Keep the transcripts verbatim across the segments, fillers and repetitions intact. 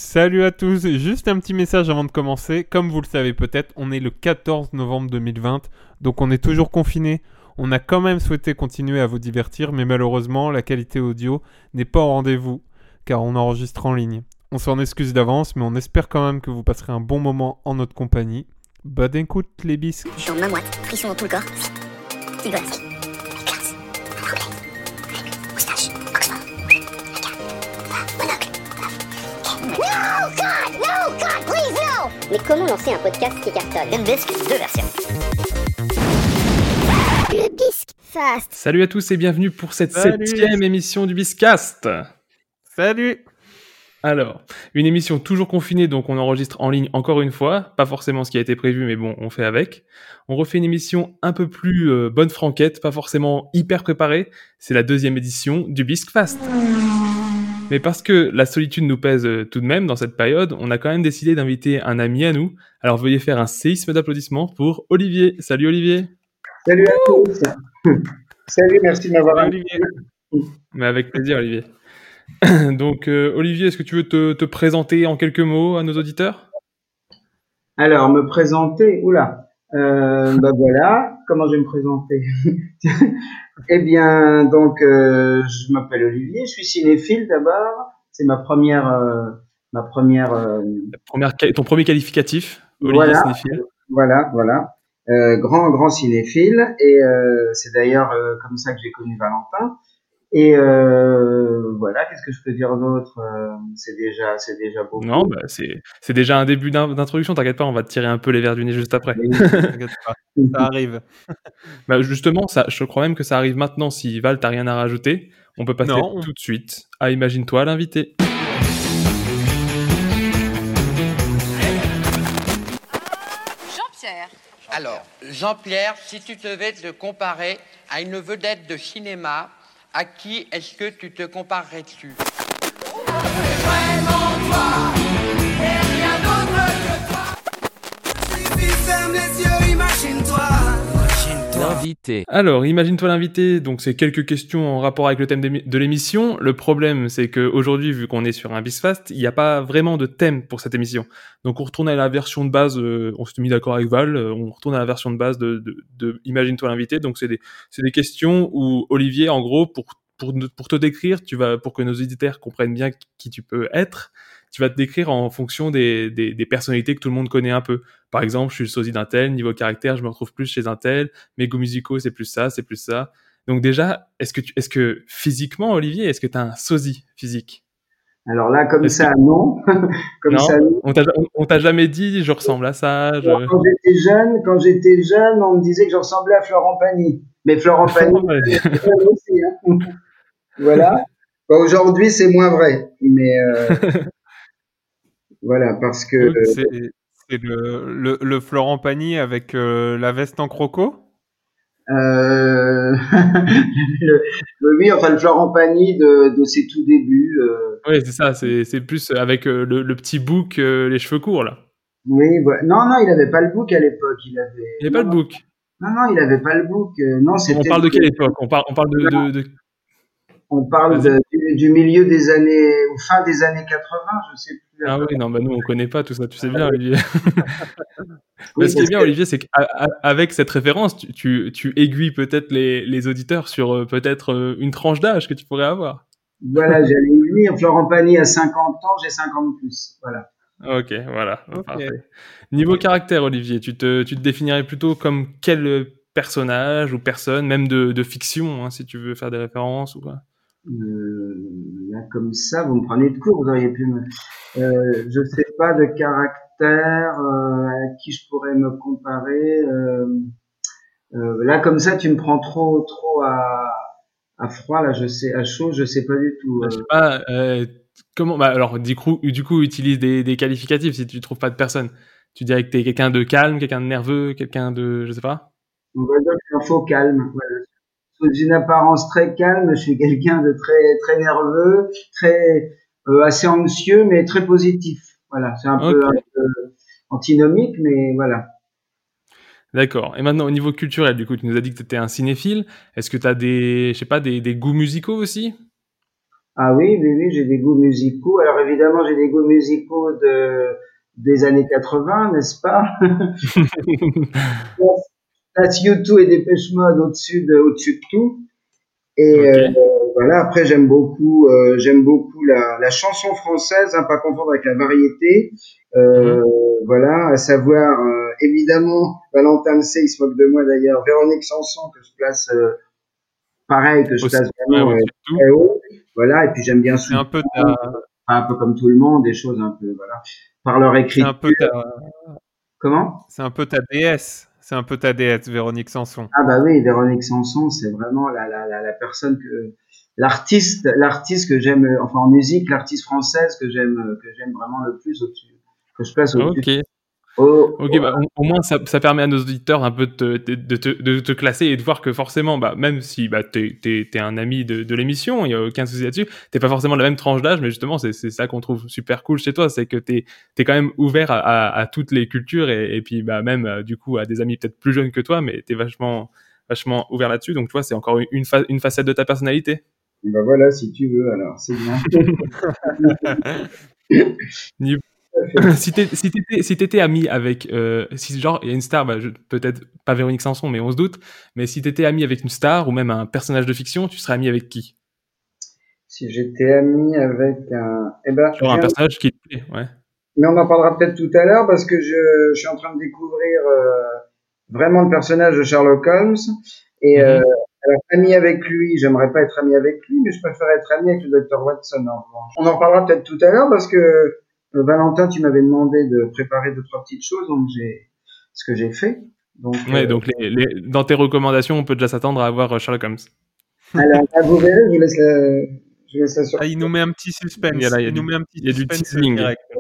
Salut à tous, juste un petit message avant de commencer. Comme vous le savez peut-être, on est le quatorze novembre deux mille vingt, donc on est toujours confinés. On a quand même souhaité continuer à vous divertir, mais malheureusement, la qualité audio n'est pas au rendez-vous, car on enregistre en ligne. On s'en excuse d'avance, mais on espère quand même que vous passerez un bon moment en notre compagnie. Bonne écoute les bisques. Chaud, ma moite, frisson dans tout le corps. Petit glace. Classe. Anglais. Moustache. Oxford. Monocle. No, God! No, God, please, no! Mais comment lancer un podcast qui cartonne? Une bisque, deux versions. Le bisque fast. Salut à tous et bienvenue pour cette Salut. septième émission du Biscast. Salut. Alors, une émission toujours confinée, donc on enregistre en ligne encore une fois. Pas forcément ce qui a été prévu, mais bon, on fait avec. On refait une émission un peu plus euh, bonne franquette, pas forcément hyper préparée. C'est la deuxième édition du Biscfast. Mais parce que la solitude nous pèse euh, tout de même dans cette période, on a quand même décidé d'inviter un ami à nous. Alors veuillez faire un séisme d'applaudissements pour Olivier. Salut Olivier. Salut à tous. Salut, merci de m'avoir Salut, invité. Olivier. Mais avec plaisir Olivier. Donc euh, Olivier, est-ce que tu veux te, te présenter en quelques mots à nos auditeurs ? Alors, me présenter, oula, euh, bah voilà, comment je vais me présenter? Eh bien, donc, euh, je m'appelle Olivier, je suis cinéphile d'abord, c'est ma première, euh, ma première, euh, Première, ton premier qualificatif, Olivier voilà, cinéphile. voilà, voilà, euh, grand, grand cinéphile, et euh, c'est d'ailleurs euh, comme ça que j'ai connu Valentin. Et euh, voilà, qu'est-ce que je peux dire d'autre? euh, C'est déjà, c'est déjà beaucoup. Non, bah c'est c'est déjà un début d'in- d'introduction. T'inquiète pas, on va te tirer un peu les verres du nez juste après. T'inquiète pas, ça arrive. Bah justement, ça, je crois même que ça arrive maintenant. Si Val, t'as rien à rajouter, on peut passer Non, on- tout de suite à Imagine-toi l'invité. Jean-Pierre. Alors, Jean-Pierre, si tu devais te comparer à une vedette de cinéma, à qui est-ce que tu te comparerais-tu ? L'invité. Alors, imagine-toi l'invité. Donc, c'est quelques questions en rapport avec le thème d'émi- de l'émission. Le problème, c'est qu'aujourd'hui, vu qu'on est sur un Bisfast, il n'y a pas vraiment de thème pour cette émission. Donc, on retourne à la version de base. Euh, on s'est mis d'accord avec Val. euh, on retourne à la version de base de, de, de Imagine-toi l'invité. Donc, c'est des, c'est des questions où Olivier, en gros, pour, pour, ne- pour te décrire, tu vas, pour que nos auditeurs comprennent bien qui tu peux être, tu vas te décrire en fonction des, des, des personnalités que tout le monde connaît un peu. Par exemple, je suis le sosie d'un tel, niveau caractère, je me retrouve plus chez un tel, mes goûts musicaux, c'est plus ça, c'est plus ça. Donc déjà, est-ce que, tu, est-ce que physiquement, Olivier, est-ce que tu as un sosie physique ? Alors là, comme Est-ce ça, non. Comme Non, ça, non. on t'a, on, on t'a jamais dit, je ressemble à ça. Je... Alors, quand j'étais jeune, quand j'étais jeune, on me disait que je ressemblais à Florent Pagny. Mais Florent Pagny, c'est vrai aussi, hein. Voilà. Bon, aujourd'hui, c'est moins vrai. Mais euh, voilà, parce que Donc, c'est c'est le, le, le Florent Pagny avec euh, la veste en croco. euh, le, le- oui, enfin le Florent Pagny de, de ses tout débuts. Euh, Oui, c'est ça, c'est, c'est plus avec euh, le, le petit bouc, euh, les cheveux courts, là. oui, voilà. Non, non, il avait pas le bouc à l'époque. Il avait. Il n'y a pas non, le bouc. non, non, il avait pas le bouc. Euh, non, On c'était. parle de quelle époque ? On parle, on parle de... de, de... On parle Vas-y. de, du, du milieu des années, ou fin des années quatre-vingts, je sais plus. Ah oui, non, bah nous, on connaît pas tout ça, tu sais bien, Olivier. Oui, Mais ce qui est parce bien, que- Olivier, c'est qu'avec cette référence, tu, tu, tu aiguilles peut-être les, les auditeurs sur euh, peut-être euh, une tranche d'âge que tu pourrais avoir. Voilà, j'allais y venir. Florent Pagny a cinquante ans, j'ai cinquante plus. Voilà. Ok, voilà, Ok. parfait. Niveau caractère, Olivier, tu te, tu te définirais plutôt comme quel personnage ou personne, même de, de fiction, hein, si tu veux faire des références ou quoi. Euh, là, comme ça, vous me prenez de court, vous auriez pu me. Euh, je sais pas de caractère euh, à qui je pourrais me comparer. Euh, euh, là, comme ça, tu me prends trop, trop à, à froid. Là, je sais, à chaud, je sais pas du tout. Bah, je Euh, sais pas, euh, comment, bah, alors, du coup, du coup, utilise des, des qualificatifs si tu trouves pas de personne. Tu dirais que t'es quelqu'un de calme, quelqu'un de nerveux, quelqu'un de, je sais pas. on va dire que je suis un faux calme. Voilà. Sous une apparence très calme, je suis quelqu'un de très, très nerveux, très euh, assez anxieux, mais très positif. Voilà, c'est un peu, Ok. un peu antinomique, mais voilà. D'accord. Et maintenant, au niveau culturel, du coup, tu nous as dit que tu étais un cinéphile. Est-ce que tu as des, je sais pas, des, des goûts musicaux aussi ? Ah oui, oui, oui, j'ai des goûts musicaux. Alors évidemment, j'ai des goûts musicaux de des années quatre-vingts, n'est-ce pas? That's U deux et Dépêche Mode au-dessus de au-dessus de tout. Et Ok. euh, voilà. Après, j'aime beaucoup, euh, j'aime beaucoup la, la chanson française, hein, pas confondre avec la variété. Euh, Mhm. voilà, à savoir euh, évidemment, Valentin le sait, il se moque de moi d'ailleurs. Véronique Sanson que je place euh, pareil, que je Aussi, place ouais, vraiment euh, au-dessus de tout. très haut. Voilà, et puis j'aime bien C'est un peu ta, Soutien, un peu comme tout le monde, des choses un peu voilà, par leur c'est un peu écriture. ta, Comment? c'est un peu ta déesse. C'est un peu ta déesse, Véronique Sanson. Ah bah oui, Véronique Sanson, c'est vraiment la, la, la, la personne que l'artiste, l'artiste que j'aime, euh, enfin en musique, l'artiste française que j'aime, euh, que j'aime vraiment le plus au-dessus, que je place au-dessus. Ok. Oh, Ok, oh, bah, au, au moins ça, ça permet à nos auditeurs un peu de te, de, de te, de te classer et de voir que forcément, bah, même si bah, t'es, t'es, t'es un ami de, de l'émission, il y a aucun souci là-dessus, t'es pas forcément de la même tranche d'âge, mais justement c'est, c'est ça qu'on trouve super cool chez toi, c'est que t'es, t'es quand même ouvert à, à, à toutes les cultures et, et puis bah, même euh, du coup à des amis peut-être plus jeunes que toi, mais t'es vachement, vachement ouvert là-dessus, donc tu vois, c'est encore une, fa- une facette de ta personnalité. bah voilà, si tu veux, alors c'est bien. Ni- si t'es- si t'étais si t'étais ami avec euh, si genre il y a une star, bah, je- peut-être pas Véronique Sanson, mais on se doute, mais si t'étais ami avec une star ou même un personnage de fiction, tu serais ami avec qui? Si j'étais ami avec un, eh ben, Genre je un viens, personnage qui te plaît, ouais. mais on en parlera peut-être tout à l'heure parce que je, je suis en train de découvrir euh, vraiment le personnage de Sherlock Holmes. Et euh, Mhm. alors, ami avec lui, j'aimerais pas être ami avec lui, mais je préfère être ami avec le docteur Watson en revanche. On en reparlera peut-être tout à l'heure parce que euh, Valentin, tu m'avais demandé de préparer deux trois petites choses, donc j'ai ce que j'ai fait. Donc Ouais, euh, donc les, les- dans tes recommandations, on peut déjà s'attendre à avoir euh, Sherlock Holmes. alors là, vous verrez, je vous laisse la, je vous laisse la Ah, surprise. il nous met un petit Il y a suspense. là, il y a Il nous du, met un petit il y a du suspense euh, teasing. direct.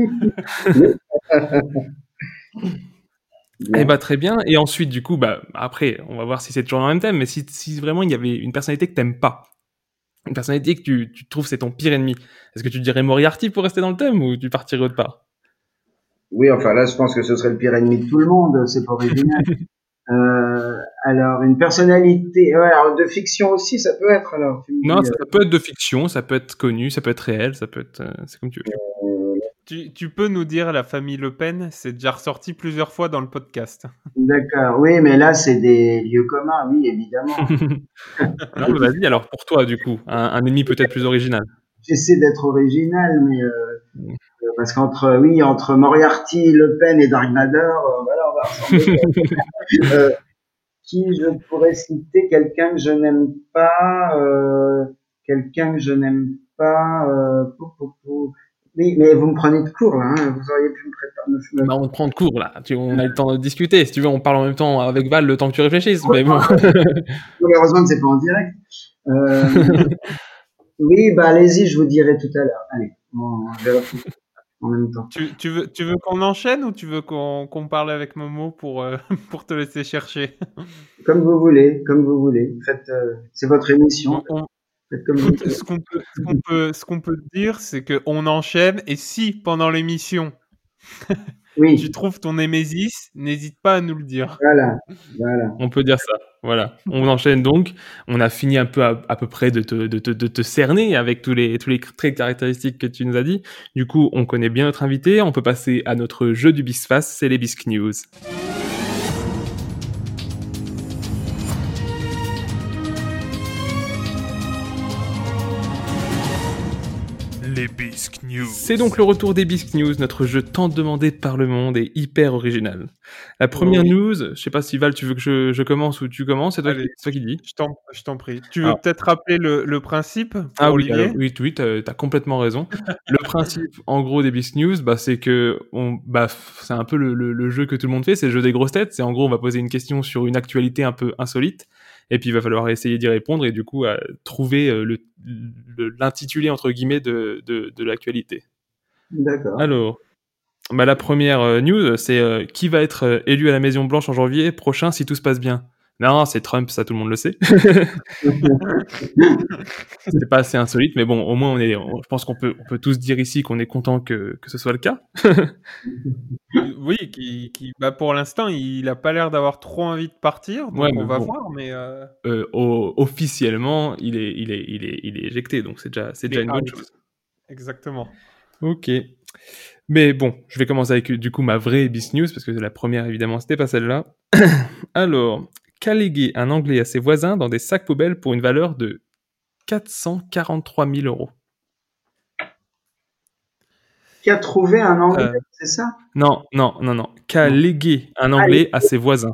Eh Bien. bah très bien. Et ensuite, du coup, bah après, on va voir si c'est toujours dans le même thème, mais si, si vraiment il y avait une personnalité que t'aimes pas, une personnalité que tu, tu trouves c'est ton pire ennemi, est-ce que tu dirais Moriarty pour rester dans le thème ou tu partirais autre part? Oui, enfin là, je pense que ce serait le pire ennemi de tout le monde. C'est pas original. Euh, alors, une personnalité, ouais, alors de fiction aussi, ça peut être. Alors, tu me Non, dis. ça, ça peut être de fiction, ça peut être connu, ça peut être réel, ça peut être, euh, c'est comme tu veux. Euh, Tu, tu peux nous dire la famille Le Pen, c'est déjà ressorti plusieurs fois dans le podcast. D'accord, oui, mais là, c'est des lieux communs, oui, évidemment. Non, mais vas-y. Alors pour toi, du coup, un, un ennemi peut-être plus original. J'essaie d'être original, mais euh, parce qu'entre, oui, entre Moriarty, Le Pen et Dark Vador, euh, voilà, on va ressembler. Euh, qui je pourrais citer quelqu'un que je n'aime pas, euh, quelqu'un que je n'aime pas. Euh, pou, pou, pou. Oui, mais vous me prenez de court là, hein, vous auriez pu me préparer. Me, me... Bah, on te prend de court là. Tu, on a eu le temps de discuter. Si tu veux, on parle en même temps avec Val le temps que tu réfléchisses. Mais bon. Malheureusement, c'est pas en direct. Euh, oui, bah allez-y, je vous dirai tout à l'heure. Allez, on vérifie en même temps. Tu, tu veux, tu veux qu'on enchaîne ou tu veux qu'on qu'on parle avec Momo pour, euh, pour te laisser chercher? Comme vous voulez, comme vous voulez. Faites, euh, c'est votre émission. On- on- Faites comme vous Écoute, voulez. ce qu'on peut, ce qu'on peut, ce qu'on peut te dire, c'est qu'on enchaîne et si pendant l'émission tu Oui, trouves ton Némésis, n'hésite pas à nous le dire. voilà, voilà. On peut dire ça. Voilà. On enchaîne donc. On a fini un peu à, à peu près de te, de, te, de te cerner avec tous les, tous les traits caractéristiques que tu nous as dit. Du coup, on connaît bien notre invité. On peut passer à notre jeu du Bisfast, c'est les Bisque News. Les Bisque News. C'est donc le retour des Bisque News, notre jeu tant demandé par le monde et hyper original. La première Oui. news, je sais pas si Val, tu veux que je, je commence ou tu commences, c'est toi, qui, Allez, c'est toi qui dis. je t'en, je t'en prie. Tu veux Alors, peut-être rappeler le, le principe pour ah oui, Olivier? alors, oui, oui, t'as, t'as complètement raison. Le principe, en gros, des Bisque News, bah, c'est que, on, bah, c'est un peu le, le, le jeu que tout le monde fait, c'est le jeu des grosses têtes. C'est en gros, on va poser une question sur une actualité un peu insolite, et puis il va falloir essayer d'y répondre et du coup, à trouver euh, le, le- l'intitulé entre guillemets de, de, de l'actualité. D'accord. Alors, bah, la première euh, news, c'est euh, qui va être euh, élu à la Maison Blanche en janvier prochain si tout se passe bien. Non, c'est Trump, ça tout le monde le sait. C'est pas assez insolite, mais bon, au moins on est, on- je pense qu'on peut, on peut tous dire ici qu'on est content que, que ce soit le cas. Oui, qui, qui, bah pour l'instant, il a pas l'air d'avoir trop envie de partir, donc Ouais, on mais va bon. voir. Mais euh, Euh, au- officiellement, il est, il est, il est, il est éjecté, donc c'est déjà, c'est il déjà est une bonne out. chose. Exactement. Ok. Mais bon, je vais commencer avec du coup ma vraie bis news parce que la première évidemment c'était pas celle-là. Alors, qu'a légué un Anglais à ses voisins dans des sacs poubelles pour une valeur de quatre cent quarante-trois mille euros? Qui a trouvé un anglais, Euh, c'est ça? Non, non, non, non. Qu'a Non. légué un Ah, Anglais à ses voisins?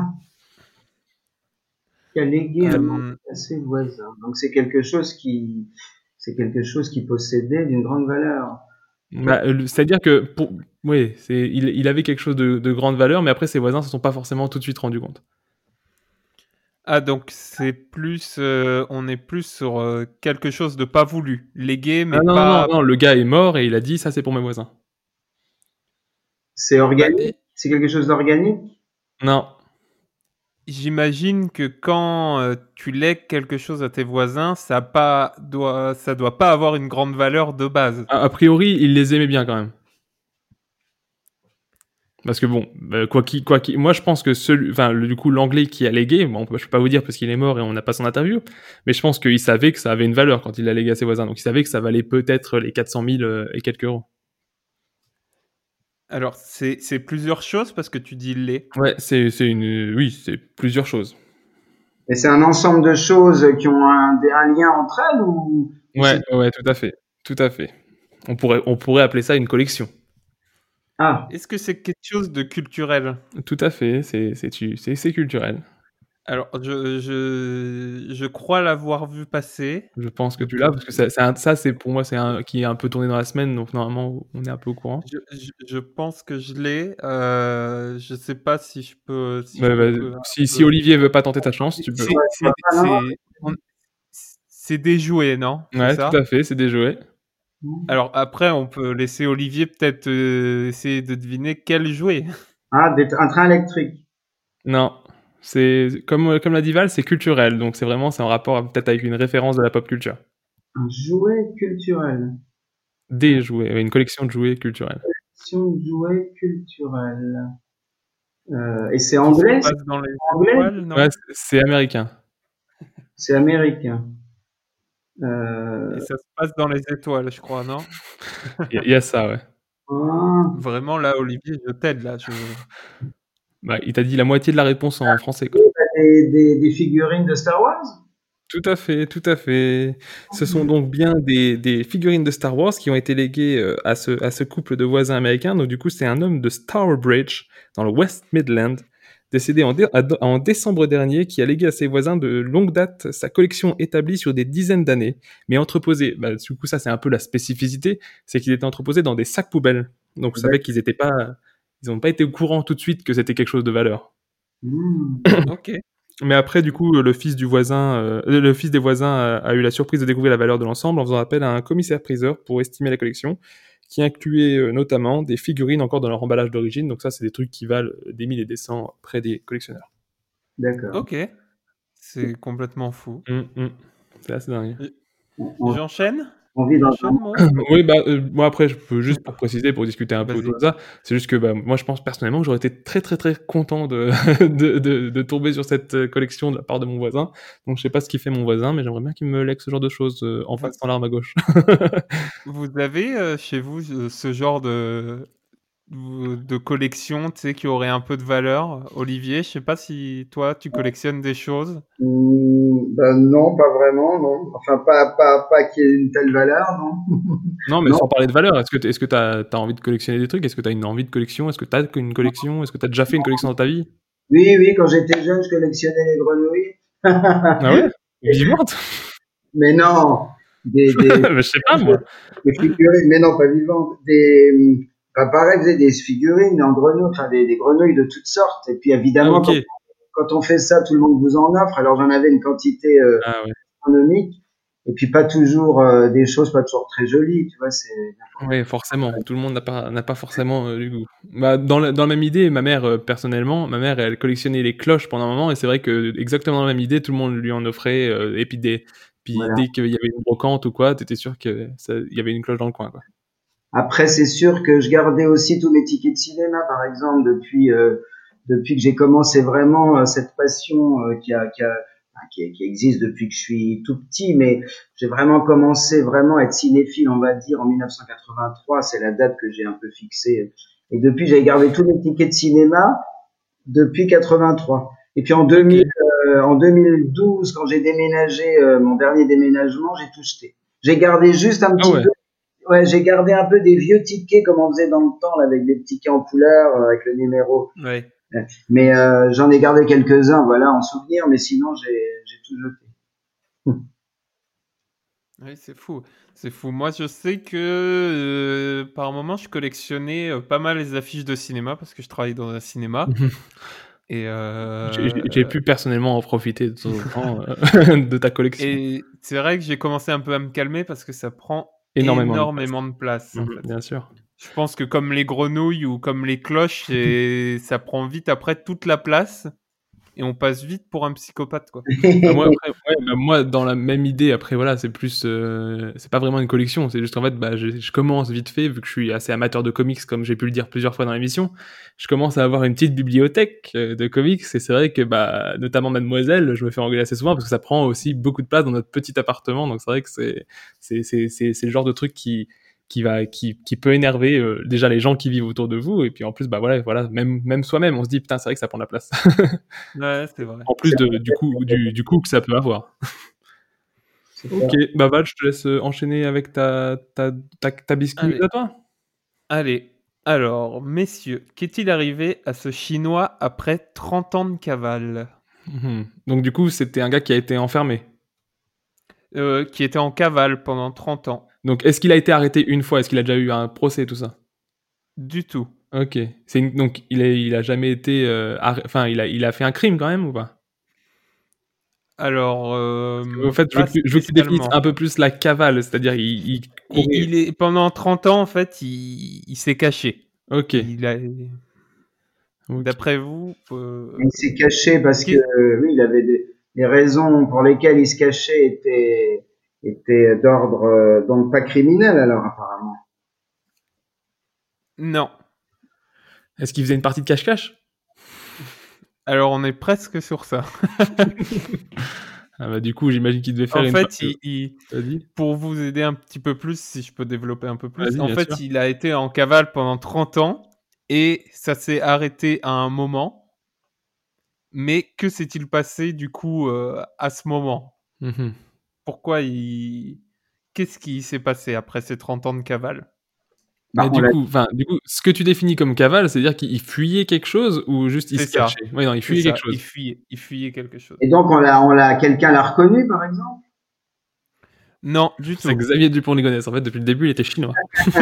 qui a légué un anglais euh, à ses voisins. Donc c'est quelque chose qui, c'est quelque chose qui possédait d'une grande valeur. Bah, euh, c'est-à-dire que, pour... oui, c'est... Il, il avait quelque chose de, de grande valeur, mais après ses voisins se sont pas forcément tout de suite rendus compte. Ah, donc c'est plus, euh, on est plus sur euh, quelque chose de pas voulu, légué, mais Ah non, non, non, pas. non, le gars est mort et il a dit ça c'est pour mes voisins. C'est Bah, organique? C'est quelque chose d'organique? Non. j'imagine que quand euh, tu lègues quelque chose à tes voisins, ça a pas doit, ça doit pas avoir une grande valeur de base. A, a priori, il les aimait bien quand même. Parce que bon, euh, quoi qu'il, quoi qu'il, moi je pense que celui, enfin le- du coup l'anglais qui a légué, bon, je peux pas vous dire parce qu'il est mort et on n'a pas son interview, mais je pense qu'il savait que ça avait une valeur quand il l'a légué à ses voisins, donc il savait que ça valait peut-être les quatre cent mille euh, et quelques euros. Alors c'est c'est plusieurs choses parce que tu dis les. Ouais, c'est c'est une, oui, c'est plusieurs choses. Et c'est un ensemble de choses qui ont un, des- un lien entre elles ou, ou Ouais, c'est... ouais, tout à fait, tout à fait. On pourrait, on pourrait appeler ça une collection. Ah, Est-ce que c'est quelque chose de culturel? Tout à fait, c'est c'est tu- c'est c'est culturel. Alors je je je crois l'avoir vu passer. Je pense que Donc tu l'as parce que ça, c'est un- ça c'est pour moi c'est un qui est un peu tourné dans la semaine, donc normalement on est un peu au courant. je, je, je pense que je l'ai. Euh, je sais pas si je peux si je Ouais, peux bah, que- un si si peu- Olivier veut pas tenter ta chance, tu peux. C'est c'est ah non, c'est on- c'est des jouets, non? C'est Ouais, tout ça? à fait, c'est des jouets. Alors après, on peut laisser Olivier peut-être euh, essayer de deviner quel jouet. ah, des- un train électrique. Non, c'est comme comme l'a dit Val, c'est culturel, donc c'est vraiment c'est en rapport peut-être avec une référence de la pop culture. Un jouet culturel. Des jouets, ouais, une collection de jouets culturels. Collection de jouets culturels. Euh, et c'est Qui se anglais, c'est passe dans les anglais, étoiles, non? Ouais, c'est c'est américain. c'est américain. Et Euh, ça se passe dans les étoiles, je crois, non? Il y, a- il y a ça, ouais. ah, Vraiment, là, Olivier, je t'aide, là. Je... Bah, il t'a dit la moitié de la réponse en français, quoi. des, des, des figurines de Star Wars? Tout à fait, tout à fait. Ce sont donc bien des, des figurines de Star Wars qui ont été léguées euh, à, ce, à ce couple de voisins américains. Donc du coup, c'est un homme de Stourbridge, dans le West Midland, décédé en, dé- à- en décembre dernier, qui a légué à ses voisins de longue date sa collection établie sur des dizaines d'années, mais entreposée. Bah, du coup, ça c'est un peu la spécificité, c'est qu'il était entreposé dans des sacs poubelles. Donc vous savez qu'ils étaient pas, ils n'ont pas été au courant tout de suite que c'était quelque chose de valeur. Hmm. Ok. Mais après, du coup, le fils du voisin, euh, le fils des voisins a, a eu la surprise de découvrir la valeur de l'ensemble en faisant appel à un commissaire-priseur pour estimer la collection, qui incluait euh, notamment des figurines encore dans leur emballage d'origine. Donc ça, c'est des trucs qui valent des mille et des cents près des collectionneurs. D'accord. Ok. C'est complètement fou. Hum, hum. C'est assez dingue. On, on- J'enchaîne on vit dans un J'enchaîne, moi Oui, bah, euh, moi après, je peux juste pour préciser, pour discuter un peu Vas-y. de ça, c'est juste que bah, moi, je pense personnellement que j'aurais été très très très content de, de, de, de tomber sur cette euh, collection de la part de mon voisin. Donc je sais pas ce qu'il fait mon voisin, mais j'aimerais bien qu'il me lègue ce genre de choses euh, en face dans l'arme à gauche. Vous avez euh, chez vous euh, ce genre de, de collection, tu sais, qui aurait un peu de valeur? Olivier, je sais pas si toi, tu collectionnes des choses. Hmm, ben non, pas vraiment, non. Enfin, pas, pas, pas qu'il y ait une telle valeur, non. Non, mais Non. sans parler de valeur, est-ce que t- est-ce que t'as as envie de collectionner des trucs? Est-ce que t'as une envie de collection? Est-ce que t'as une collection? Est-ce que t'as déjà fait une collection dans ta vie? Oui, oui, quand j'étais jeune, je collectionnais les grenouilles. Ah ouais? Vivantes? Mais non, des, des, Je sais pas, moi. des figurines, mais non, pas vivantes. Des, pas pareil, vous avez des figurines en grenouilles, enfin des, des grenouilles de toutes sortes. Et puis Ah, évidemment, ok. quand, quand on fait ça, tout le monde vous en offre. Alors j'en avais une quantité euh, Ah ouais. astronomique. et puis pas toujours euh, des choses pas toujours très jolies, tu vois, c'est Oui, forcément. Tout le monde n'a pas, n'a pas forcément euh, du goût. Bah, dans, la, dans la même idée, ma mère, euh, personnellement, ma mère, elle collectionnait les cloches pendant un moment, et c'est vrai que exactement dans la même idée, tout le monde lui en offrait, euh, et puis, des, puis voilà. dès qu'il y avait une brocante ou quoi, t'étais sûr qu'il y avait une cloche dans le coin, quoi. Après, c'est sûr que je gardais aussi tous mes tickets de cinéma, par exemple, depuis euh, depuis que j'ai commencé vraiment euh, cette passion euh, qui a qui a enfin, qui, qui existe depuis que je suis tout petit, mais j'ai vraiment commencé vraiment à être cinéphile, on va dire, en mille neuf cent quatre-vingt-trois, c'est la date que j'ai un peu fixée. Et depuis, j'ai gardé tous mes tickets de cinéma depuis quatre-vingt-trois. Et puis en deux mille, Ok. euh, en deux mille douze, quand j'ai déménagé, euh, mon dernier déménagement, j'ai tout jeté. J'ai gardé juste un Ah petit ouais. peu. Ouais, j'ai gardé un peu des vieux tickets comme on faisait dans le temps, là, avec des tickets en couleur, euh, avec le numéro. Ouais. Mais euh, j'en ai gardé quelques-uns, voilà, en souvenir, mais sinon j'ai j'ai tout jeté. Oui, c'est fou. C'est fou. Moi, je sais que euh, par moment, je collectionnais euh, pas mal les affiches de cinéma parce que je travaillais dans un cinéma. Et, J'ai euh, j'ai pu personnellement en profiter de temps en temps euh, de ta collection. et c'est vrai que j'ai commencé un peu à me calmer parce que ça prend Énormément de place. énormément de place, en Mhm, fait. bien sûr. Je pense que comme les grenouilles ou comme les cloches, et ça prend vite après toute la place et on passe vite pour un psychopathe, quoi. Bah, moi, après, ouais, bah, moi, dans la même idée, après, voilà, c'est plus, euh, c'est pas vraiment une collection, c'est juste qu'en fait, bah, je, je commence vite fait, vu que je suis assez amateur de comics, comme j'ai pu le dire plusieurs fois dans l'émission, je commence à avoir une petite bibliothèque euh, de comics, et c'est vrai que, bah, notamment Mademoiselle, je me fais engueuler assez souvent, parce que ça prend aussi beaucoup de place dans notre petit appartement, donc c'est vrai que c'est, c'est, c'est, c'est, c'est le genre de truc qui, qui va, qui, qui peut énerver euh, déjà les gens qui vivent autour de vous, et puis en plus, bah voilà, voilà, même, même soi-même, on se dit, putain, c'est vrai que ça prend de la place. Ouais, c'est vrai. En plus de, du coup, du, du coup que ça peut avoir. C'est ça. Ok, bah Val, je te laisse euh, enchaîner avec ta, ta, ta, ta biscuit Allez. à toi. Allez. Alors, messieurs, qu'est-il arrivé à ce Chinois après trente ans de cavale? Mhm. Donc du coup, c'était un gars qui a été enfermé. Euh, qui était en cavale pendant trente ans. Donc est-ce qu'il a été arrêté une fois? Est-ce qu'il a déjà eu un procès, tout ça? Du tout. Ok. C'est une- Donc il a, il a jamais été... euh, arrê- Enfin, il a, il a fait un crime quand même ou pas? Alors, euh, En fait, je veux pas que, tu- je veux que tu définisses spécialement. un peu plus la cavale, c'est-à-dire il, il Il, courait... il est pendant trente ans en fait, il, il s'est caché. Ok. Il a, Ok. d'après vous, euh, Il s'est caché parce que qu'est- euh, oui, il avait des les raisons pour lesquelles il se cachait étaient étaient d'ordre euh, donc pas criminel alors apparemment. non. Est-ce qu'il faisait une partie de cache-cache? Alors on est presque sur ça. Ah bah du coup, j'imagine qu'il devait faire En une fait, partie. il, il- Vas-y. pour vous aider un petit peu plus, si je peux développer un peu plus, Vas-y, en bien fait, sûr. il a été en cavale pendant trente ans et ça s'est arrêté à un moment. Mais que s'est-il passé du coup euh, à ce moment? Mhm. Pourquoi il... Qu'est-ce qui s'est passé après ces trente ans de cavale? Bah, Mais on du l'a coup, enfin, du coup, ce que tu définis comme cavale, c'est-à-dire qu'il fuyait quelque chose ou juste il C'est se ça, cachait? Oui, non, il c'est fuyait quelque ça. Il chose. fuyait, il fuyait quelque chose. et donc on l'a on l'a quelqu'un l'a reconnu par exemple. Non, du C'est tout. Xavier Dupont-Ligonnès. En fait, depuis le début, il était chinois.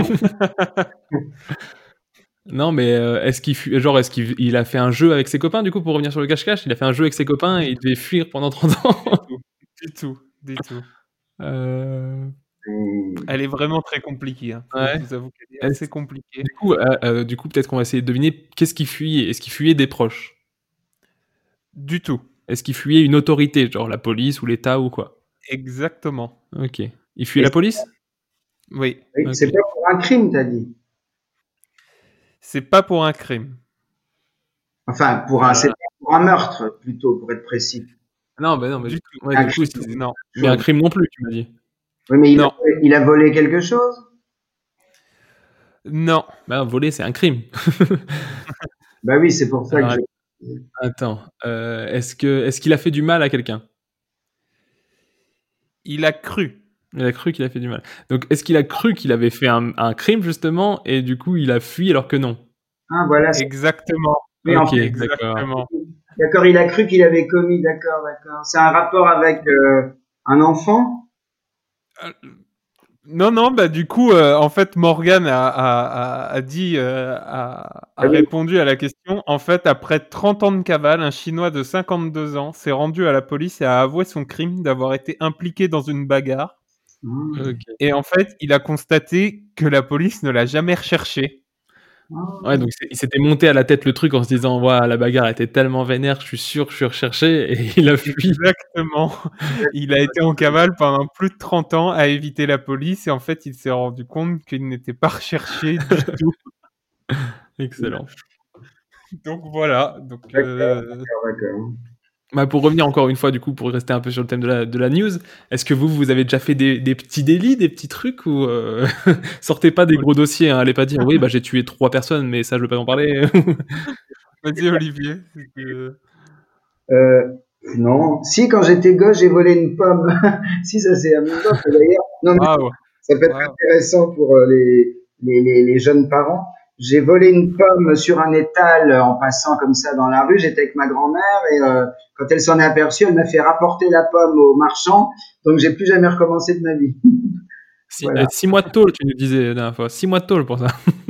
Non, mais euh, est-ce qu'il fuit, genre, est-ce qu'il il a fait un jeu avec ses copains, du coup, pour revenir sur le cache-cache? Il a fait un jeu avec ses copains et il devait fuir pendant trente Du ans. tout, du tout, du tout. Euh, Et- Elle est vraiment très compliquée. Hein. Faut- ouais. Je vous avoue qu'elle est Est-ce- assez compliquée. Du coup, euh, euh, du coup, peut-être qu'on va essayer de deviner qu'est-ce qu'il fuyait. Est-ce qu'il fuyait des proches? Du tout. Est-ce qu'il fuyait une autorité, genre la police ou l'État ou quoi? Exactement. Ok. Il fuyait et la c'est police? Oui. oui, Ok. c'est pas pour un crime t'as dit. C'est pas pour un crime. Enfin pour un Voilà. c'est pas pour un meurtre plutôt pour être précis. Non, bah non, mais Du tout. ouais, Un du coup, crime, c'est- Non. mais un crime non plus, tu m'as dit. Oui mais il a, Non. il a volé quelque chose. Non. Bah, voler, c'est un crime. Bah oui c'est pour ça Alors, que je... attends, euh, est-ce que, est-ce qu'il a fait du mal à quelqu'un? Il a cru. Il a cru qu'il a fait du mal. Donc, est-ce qu'il a cru qu'il avait fait un, un crime, justement, et du coup, il a fui alors que non? Ah voilà. c'est- Exactement. Oui, en Ok, fait, d'accord. Exactement. d'accord, il a cru qu'il avait commis, d'accord, d'accord. C'est un rapport avec euh, un enfant. Euh, Non, non, bah du coup, euh, en fait, Morgan a, a, a, a dit, euh, a, a Oui. répondu à la question. En fait, après trente ans de cavale, un Chinois de cinquante-deux ans s'est rendu à la police et a avoué son crime d'avoir été impliqué dans une bagarre. Ah, Ok. Et en fait, il a constaté que la police ne l'a jamais recherché. ah. Ouais, donc c'est- il s'était monté à la tête le truc en se disant, ouais, la bagarre était tellement vénère, je suis sûr que je suis recherché, et il a fui. Exactement. Il a été en cavale pendant plus de trente ans à éviter la police et en fait, il s'est rendu compte qu'il n'était pas recherché du tout. Excellent. Donc voilà. Donc, D'accord, euh, d'accord, d'accord. Bah, pour revenir encore une fois, du coup, pour rester un peu sur le thème de la, de la news, est-ce que vous, vous avez déjà fait des, des petits délits, des petits trucs, ou euh, sortez pas des gros dossiers, hein, allez pas dire, oui, bah j'ai tué trois personnes, mais ça, je veux pas en parler. vas-y, Olivier. Euh, Euh, non. Si, quand j'étais gosse, j'ai volé une pomme. Si, ça c'est amusant. mais D'ailleurs, non, mais Waouh. ça peut être Waouh. intéressant pour euh, les, les, les, les jeunes parents. J'ai volé une pomme sur un étal euh, en passant comme ça dans la rue. J'étais avec ma grand-mère et euh, quand elle s'en est aperçue, elle m'a fait rapporter la pomme au marchand. Donc, j'ai plus jamais recommencé de ma vie. Si, Voilà. euh, six mois de tôle, tu nous disais la dernière fois. Six mois de tôle pour ça.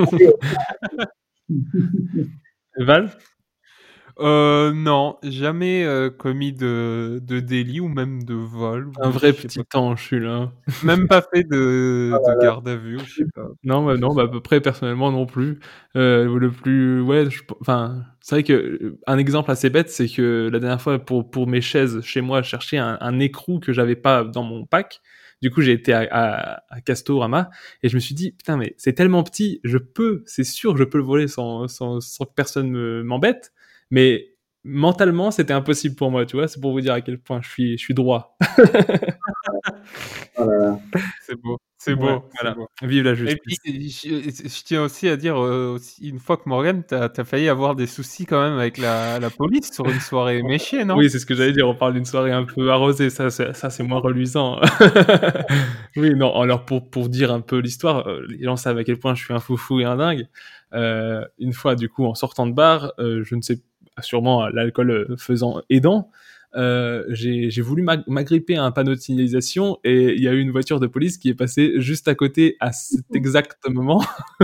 Val? Euh, non, jamais euh, commis de, de délit ou même de vol. Un ou vrai je sais petit pas. ange, celui-là. Même pas fait de, de garde à vue ou je sais pas. Non, bah, non, bah, à peu près personnellement non plus. Euh, le plus, ouais, je- enfin, c'est vrai que euh, un exemple assez bête, c'est que la dernière fois pour pour mes chaises chez moi, je cherchais un, un écrou que j'avais pas dans mon pack. Du coup, j'ai été à, à, à Castorama et je me suis dit putain, mais c'est tellement petit, je peux, c'est sûr, je peux le voler sans sans, sans que personne me m'embête. Mais mentalement, c'était impossible pour moi, tu vois. C'est pour vous dire à quel point je suis je suis droit. Oh là là. C'est beau, c'est Ouais, beau, c'est voilà. beau. Vive la Et puis, justice. je, je tiens aussi à dire, euh, aussi, une fois que Morgan, t'as as failli avoir des soucis quand même avec la, la police sur une soirée méchée, non? Oui, c'est ce que j'allais dire. On parle d'une soirée un peu arrosée. Ça, c'est, ça, c'est moins reluisant. Oui, non. Alors, pour, pour dire un peu l'histoire, euh, les gens savent à quel point je suis un foufou et un dingue. Euh, une fois, du coup, en sortant de bar, euh, je ne sais, sûrement l'alcool euh, faisant aidant, euh, j'ai, j'ai voulu m'ag- m'agripper à un panneau de signalisation et il y a eu une voiture de police qui est passée juste à côté à cet exact moment.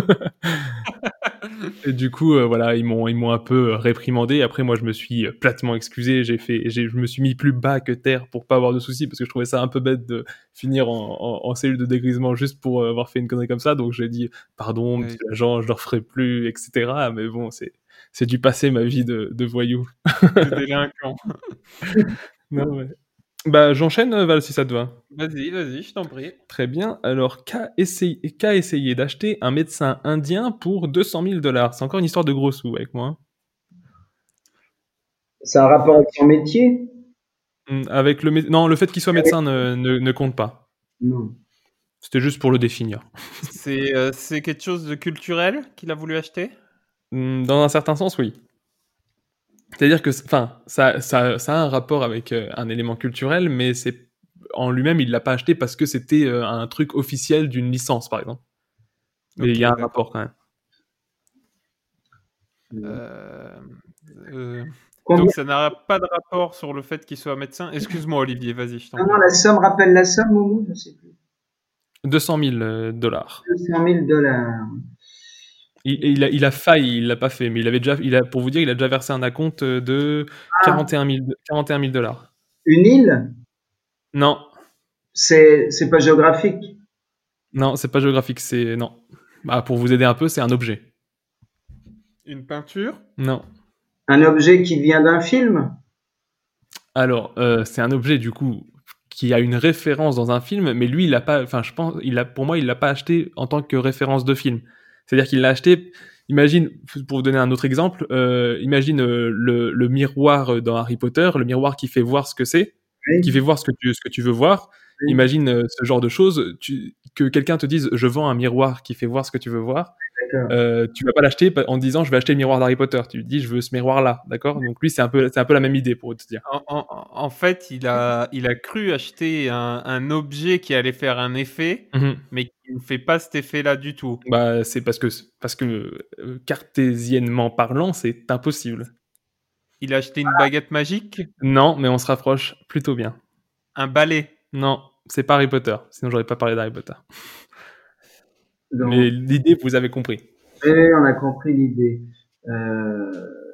Et du coup, euh, voilà, ils m'ont, ils m'ont un peu euh, réprimandé. Après, moi, je me suis euh, platement excusé. J'ai fait, j'ai, je me suis mis plus bas que terre pour pas avoir de soucis parce que je trouvais ça un peu bête de finir en, en, en cellule de dégrisement juste pour euh, avoir fait une connerie comme ça. Donc, j'ai dit pardon, Oui. monsieur l'agent, je le referai plus, et cetera. Mais bon, c'est, c'est du passé ma vie de, de voyou. De délinquant. Non, ouais. Bah, j'enchaîne, euh, Val, si ça te va. Vas-y, vas-y, je t'en prie. Très bien. Alors, qu'a essayé, qu'a essayé d'acheter un médecin indien pour deux cent mille dollars? C'est encore une histoire de gros sous avec moi, hein. C'est un rapport avec son métier? Hmm, Avec le mé- non, le fait qu'il soit médecin ne, ne, ne compte pas. Non. C'était juste pour le définir. C'est euh, c'est quelque chose de culturel qu'il a voulu acheter? Hmm, Dans un certain sens, oui. C'est-à-dire que, enfin, ça, ça, ça a un rapport avec euh, un élément culturel, mais c'est en lui-même, il l'a pas acheté parce que c'était euh, un truc officiel d'une licence, par exemple. Mais il Ok, y a un d'accord. rapport quand même. Euh, euh, Combien? donc ça n'a pas de rapport sur le fait qu'il soit médecin. Excuse-moi, Olivier, vas-y, je t'en Non, prie. non, la somme, rappelle la somme, Moumou? Je sais plus. deux cent mille euh, dollars. deux cent mille dollars. Il, il, a, il a failli, il l'a pas fait, mais il avait déjà, il a, pour vous dire, il a déjà versé un acompte de Ah, quarante et un mille dollars. une île? Non, C'est, c'est pas géographique. non, c'est pas géographique, c'est non. Bah, pour vous aider un peu, c'est un objet. Une peinture? Non. Un objet qui vient d'un film? Alors, euh, c'est un objet du coup qui a une référence dans un film, mais lui, il a pas. Enfin, je pense, il a, pour moi, il l'a pas acheté en tant que référence de film. C'est-à-dire qu'il l'a acheté. Imagine, pour vous donner un autre exemple, euh, imagine euh, le, le miroir dans Harry Potter, le miroir qui fait voir ce que c'est, Oui, qui fait voir ce que tu, ce que tu veux voir. oui, Imagine euh, ce genre de choses, tu, que quelqu'un te dise, je vends un miroir qui fait voir ce que tu veux voir. d'accord. Euh, tu vas pas l'acheter en disant je vais acheter le miroir d'Harry Potter. Tu dis je veux ce miroir là, d'accord? Donc lui c'est un peu c'est un peu la même idée pour te dire. En, en- en fait, il a, il a cru acheter un, un objet qui allait faire un effet, Mhm. mais qui ne fait pas cet effet-là du tout. Bah c'est parce que parce que euh, cartésiennement parlant c'est impossible. Il a acheté une baguette magique, Non, mais on se rapproche plutôt bien. un balai. Non, c'est pas Harry Potter. Sinon j'aurais pas parlé d'Harry Potter. Donc, Mais l'idée, vous avez compris. et on a compris l'idée. Euh...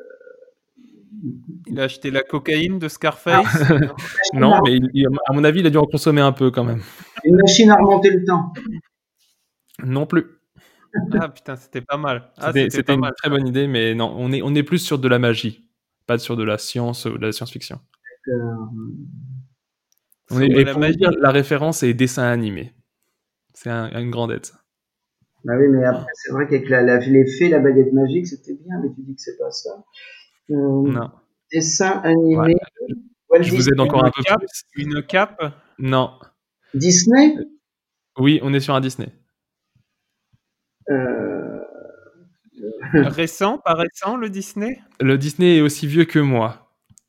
Il a acheté la cocaïne de Scarface. Non, mais il- il- à mon avis, il a dû en consommer un peu quand même. Une machine à remonter le temps. Non plus. Ah putain, c'était pas mal. Ah, C'était c'était c'était pas une mal. très bonne idée, mais non, on est, on est plus sur de la magie, pas sur de la science ou de la science-fiction. Euh, On Sur est, de et la pour vous magie. dire, la référence est dessin animé. C'est un- une grande aide, ça. Bah oui, mais après, c'est vrai qu'avec la, la, l'effet, la baguette magique, c'était bien, mais tu dis que c'est pas ça. Euh, Non. dessin animé. Ouais. Walt Je vous Disney. aide encore Une un peu cape, plus. une cape. Non. Disney. Oui, on est sur un Disney. Euh, Récent, pas récent, le Disney. Le Disney est aussi vieux que moi.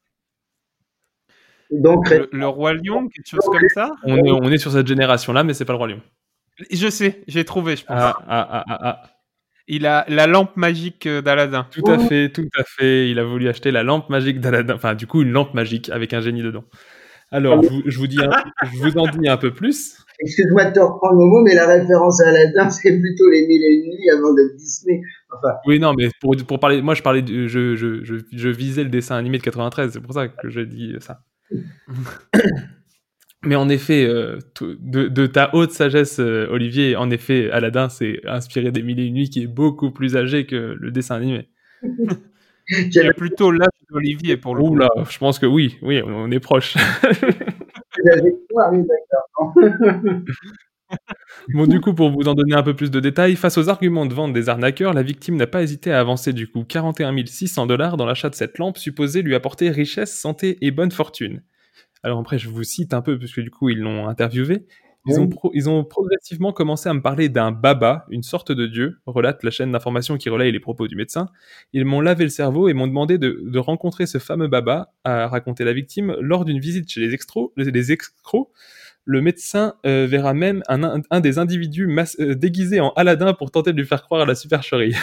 donc, Le, le Roi Lion, quelque chose comme ça. On est, on est sur cette génération-là, mais c'est pas le Roi Lion. Je sais, j'ai trouvé, je pense. Ah, ah, ah, ah, ah. Il a la lampe magique euh, d'Aladin. Tout à fait, tout à fait. Il a voulu acheter la lampe magique d'Aladin. Enfin, du coup, une lampe magique avec un génie dedans. Alors, je vous, je vous dis, un- je vous en dis un peu plus. excuse-moi de te reprendre le mot, mais la référence à Aladdin, c'est plutôt les mille et une nuits avant d'être Disney. Enfin, Oui, non, mais pour, pour parler, moi, je parlais, de- je, je, je, je visais le dessin animé de quatre-vingt-treize. C'est pour ça que je dis ça. Mais en effet, euh, tout- de, de ta haute sagesse, euh, Olivier, en effet, Aladdin s'est inspiré des Mille et Une Nuits, qui est beaucoup plus âgé que le dessin animé. Il a plutôt l'âge d'Olivier pour le coup. Oula, je pense que oui, oui, on, on est proche. ah oui, d'accord. Bon, du coup, pour vous en donner un peu plus de détails, face aux arguments de vente des arnaqueurs, la victime n'a pas hésité à avancer du coup quarante et un mille six cents dollars dans l'achat de cette lampe supposée lui apporter richesse, santé et bonne fortune. Alors après, je vous cite un peu, puisque du coup, ils l'ont interviewé. Ils ont, pro- ils ont progressivement commencé à me parler d'un baba, une sorte de dieu, relate la chaîne d'information qui relaye les propos du médecin. Ils m'ont lavé le cerveau et m'ont demandé de, de rencontrer ce fameux baba, a raconté la victime, lors d'une visite chez les, extros, les, les escrocs. Le médecin euh, verra même un, un, un des individus mas- euh, déguisés en Aladdin pour tenter de lui faire croire à la supercherie.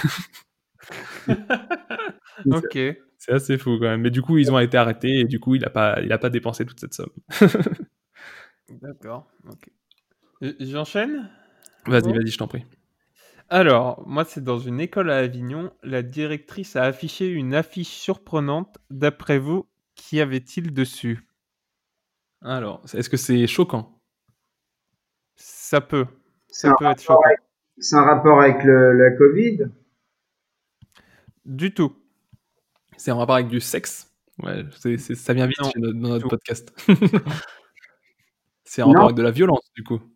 Ok. C'est assez fou quand même. Mais du coup, ils ont été arrêtés et du coup, il n'a pas, il a pas dépensé toute cette somme. D'accord. Ok. Euh, J'enchaîne. Vas-y, Bon. vas-y, je t'en prie. Alors, moi, c'est dans une école à Avignon. La directrice a affiché une affiche surprenante. D'après vous, qu'y avait-il dessus? Alors, est-ce que c'est choquant? Ça peut. C'est Ça un peut être rapport choquant. avec- C'est un rapport avec le, la Covid. Du tout. C'est en rapport avec du sexe? Ouais, c'est, c'est- ça vient vite Non, chez notre- dans notre tout. podcast. C'est en rapport Non. avec de la violence, du coup.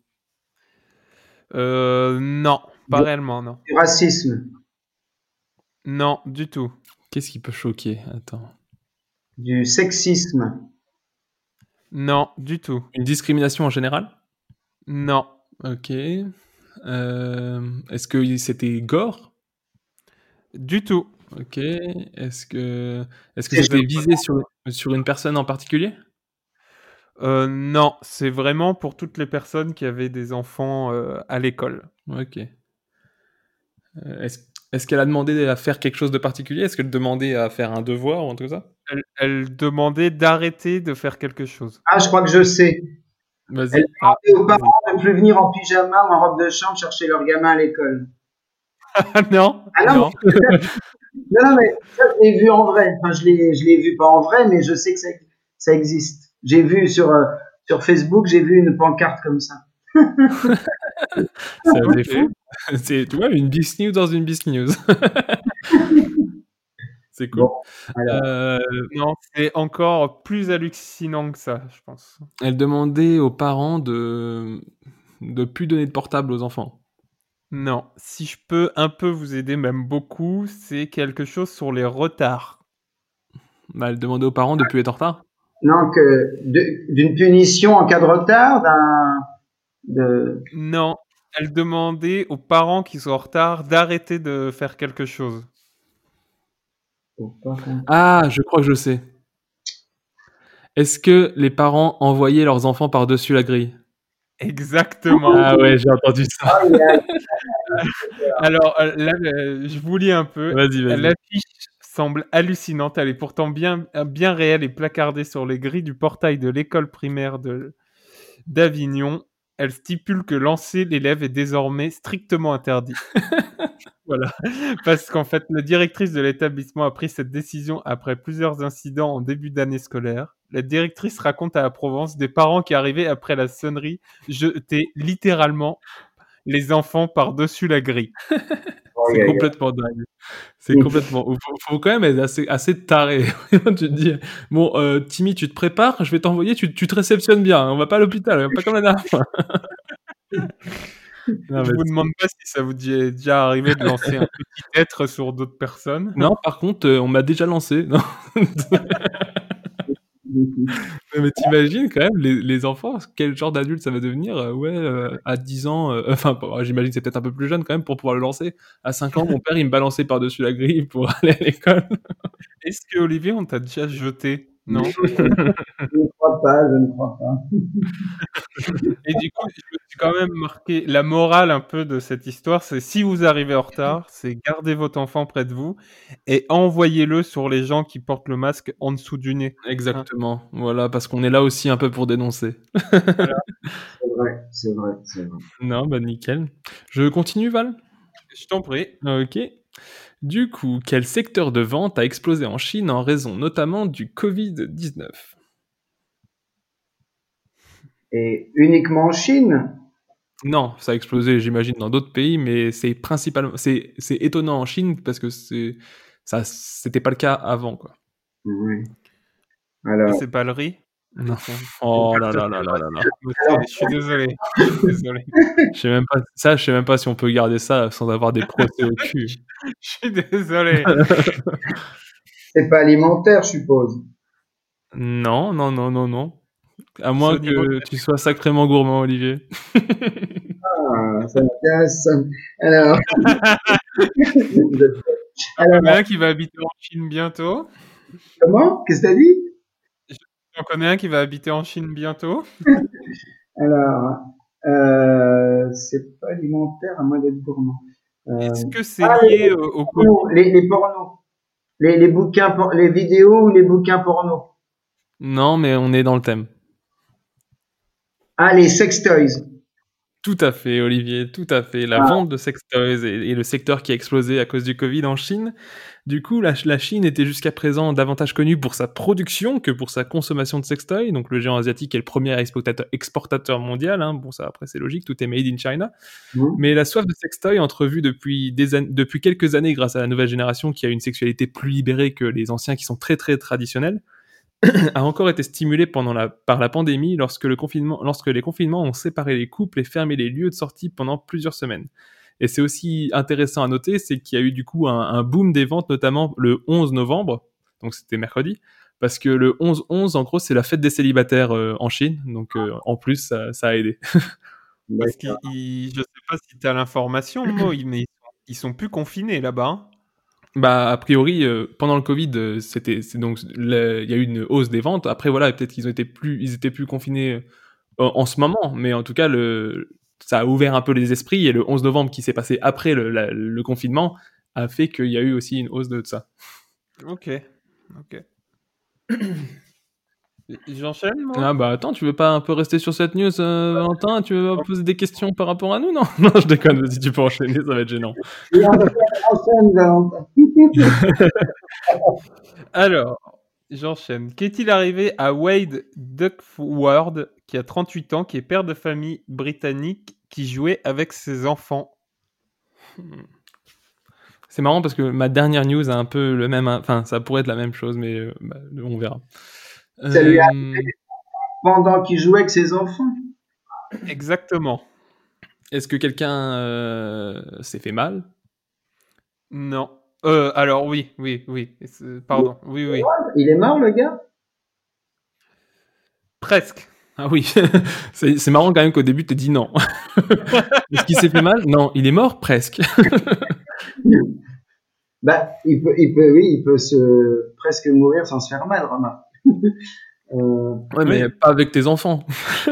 Euh, non, pas Du- réellement, non. Du racisme, Non, du tout. Qu'est-ce qui peut choquer? Attends. du sexisme, Non, du tout. Une discrimination en général? Non, Ok. Euh, est-ce que c'était gore? du tout. Ok. Est-ce que, est-ce que C'est c'était je- visé sur, sur une personne en particulier? Euh, non, c'est vraiment pour toutes les personnes qui avaient des enfants euh, à l'école. Ok. Euh, est-ce, est-ce qu'elle a demandé à faire quelque chose de particulier? Est-ce qu'elle demandait à faire un devoir ou un truc comme ça? Elle, elle demandait d'arrêter de faire quelque chose. Ah, je crois que je sais. Vas-y. Elle Ah, demandait aux parents de plus venir en pyjama ou en robe de chambre chercher leur gamin à l'école. Ah non, Ah non, non. Non, non, mais ça, je l'ai vu en vrai. Enfin, je l'ai, je l'ai vu pas en vrai, mais je sais que ça, ça existe. J'ai vu sur, euh, sur Facebook, j'ai vu une pancarte comme ça. c'est assez Ok. fou. C'est, tu vois, une bis news dans une bis news. C'est cool. Bon, alors, Euh, Non, c'est encore plus hallucinant que ça, je pense. elle demandait aux parents de de plus donner de portable aux enfants. Non, si je peux un peu vous aider, même beaucoup, c'est quelque chose sur les retards. Bah, elle demandait aux parents de plus être en retard. non, que de- d'une punition en cas de retard, d'un, de, Non, elle demandait aux parents qui sont en retard d'arrêter de faire quelque chose. Ah, je crois que je sais. Est-ce que les parents envoyaient leurs enfants par-dessus la grille? Exactement. Ah ouais, j'ai entendu ça. Ah, il y a- Alors euh, là, euh, je vous lis un peu. Vas-y, vas-y. L'affiche semble hallucinante. Elle est pourtant bien, bien réelle et placardée sur les grilles du portail de l'école primaire de, d'Avignon. elle stipule que lancer l'élève est désormais strictement interdit. Voilà, parce qu'en fait, la directrice de l'établissement a pris cette décision après plusieurs incidents en début d'année scolaire. La directrice raconte à la Provence des parents qui arrivaient après la sonnerie jetaient littéralement les enfants par-dessus la grille. C'est complètement dingue. C'est complètement. Faut, faut quand même être assez, assez taré. Tu te dis, bon, euh, Timmy, tu te prépares, je vais t'envoyer, tu, tu te réceptionnes bien. On va pas à l'hôpital, pas comme la dernière fois. Non, je vous demande pas si ça vous est déjà arrivé de lancer un petit être sur d'autres personnes. Non, par contre, euh, on m'a déjà lancé. Non. Mais t'imagines quand même les, les enfants, quel genre d'adulte ça va devenir euh, ouais, euh, à dix ans, euh, enfin, j'imagine que c'est peut-être un peu plus jeune quand même pour pouvoir le lancer. À cinq ans, mon père, il me balançait par-dessus la grille pour aller à l'école. Est-ce que Olivier, on t'a déjà jeté? Non. Je ne crois pas, je ne crois pas. Et du coup, je me suis quand même marqué la morale un peu de cette histoire, c'est si vous arrivez en retard, c'est gardez votre enfant près de vous et envoyez-le sur les gens qui portent le masque en dessous du nez. Exactement. Hein. Voilà, parce qu'on est là aussi un peu pour dénoncer. Voilà. C'est vrai, c'est vrai, c'est vrai. Non, bah nickel. Je continue, Val? Je t'en prie. Ok. Du coup, quel secteur de vente a explosé en Chine en raison notamment du covid dix-neuf? Et uniquement en Chine? Non, ça a explosé, j'imagine, dans d'autres pays, mais c'est principalement, c'est, c'est étonnant en Chine parce que c'est, ça, c'était pas le cas avant, quoi. Oui. Alors. C'est pas le riz? Non. Oh là là là là là là. Je suis désolé. Je suis désolé. Je sais même pas, ça, je sais même pas si on peut garder ça sans avoir des procès au cul. Je suis désolé. C'est pas alimentaire, je suppose. Non, non, non, non, non. À moins que tu sois sacrément gourmand, Olivier. Ah, ça m'intéresse. Alors. Alors, il y en a un qui va habiter en Chine bientôt. Comment? Qu'est-ce que t'as dit? J'en connais un qui va habiter en Chine bientôt. Alors, euh, c'est pas alimentaire à moins d'être gourmand. Euh... Est-ce que c'est ah, lié les, au, au pornos, les, les pornos, les, les bouquins, por- les vidéos ou les bouquins porno? Non, mais on est dans le thème. Ah, les sextoys. Tout à fait, Olivier, tout à fait. La ah. vente de sextoys et, et le secteur qui a explosé à cause du Covid en Chine. Du coup, la, la Chine était jusqu'à présent davantage connue pour sa production que pour sa consommation de sextoys. Donc, le géant asiatique est le premier exportateur, exportateur mondial. Hein. Bon, ça, après, c'est logique, tout est made in China. Mmh. Mais la soif de sextoys, entrevue depuis, des an- depuis quelques années grâce à la nouvelle génération qui a une sexualité plus libérée que les anciens qui sont très, très traditionnels, a encore été stimulée pendant la, par la pandémie lorsque, le confinement, lorsque les confinements ont séparé les couples et fermé les lieux de sortie pendant plusieurs semaines. Et c'est aussi intéressant à noter, c'est qu'il y a eu du coup un, un boom des ventes, notamment le onze novembre, donc c'était mercredi, parce que le onze onze, en gros, c'est la fête des célibataires euh, en Chine, donc euh, en plus, ça, ça a aidé. Parce qu'il, il, je sais pas si tu as l'information, moi, mais ils sont, ils sont plus confinés là-bas. Hein. Bah, a priori, euh, pendant le Covid, euh, c'était, c'est donc, il y a eu une hausse des ventes. Après, voilà, peut-être qu'ils ont été plus, ils étaient plus confinés euh, en ce moment, mais en tout cas, le, ça a ouvert un peu les esprits et le onze novembre qui s'est passé après le, la, le confinement a fait qu'il y a eu aussi une hausse de, de ça. Ok, ok. J'enchaîne, moi? Ah bah attends, tu veux pas un peu rester sur cette news, euh, Valentin? Tu veux poser des questions par rapport à nous? Non, non, je déconne, vas-y, tu peux enchaîner, ça va être gênant. Alors, j'enchaîne. Qu'est-il arrivé à Wade Duckworth, qui a trente-huit ans, qui est père de famille britannique, qui jouait avec ses enfants? C'est marrant parce que ma dernière news a un peu le même... Enfin, ça pourrait être la même chose, mais euh, bah, on verra. Ça lui a arrivé pendant qu'il jouait avec ses enfants? Exactement. Est-ce que quelqu'un euh, s'est fait mal? Non. Euh, alors oui, oui, oui. Pardon. Oui, oui. Il est mort, le gars? Presque. Ah oui. c'est, c'est marrant quand même qu'au début, t'aies dit non. Est-ce qu'il s'est fait mal? Non, il est mort presque. Bah, il peut, il peut, oui, il peut se presque mourir sans se faire mal, remarque. Euh, ouais, mais oui. Pas avec tes enfants.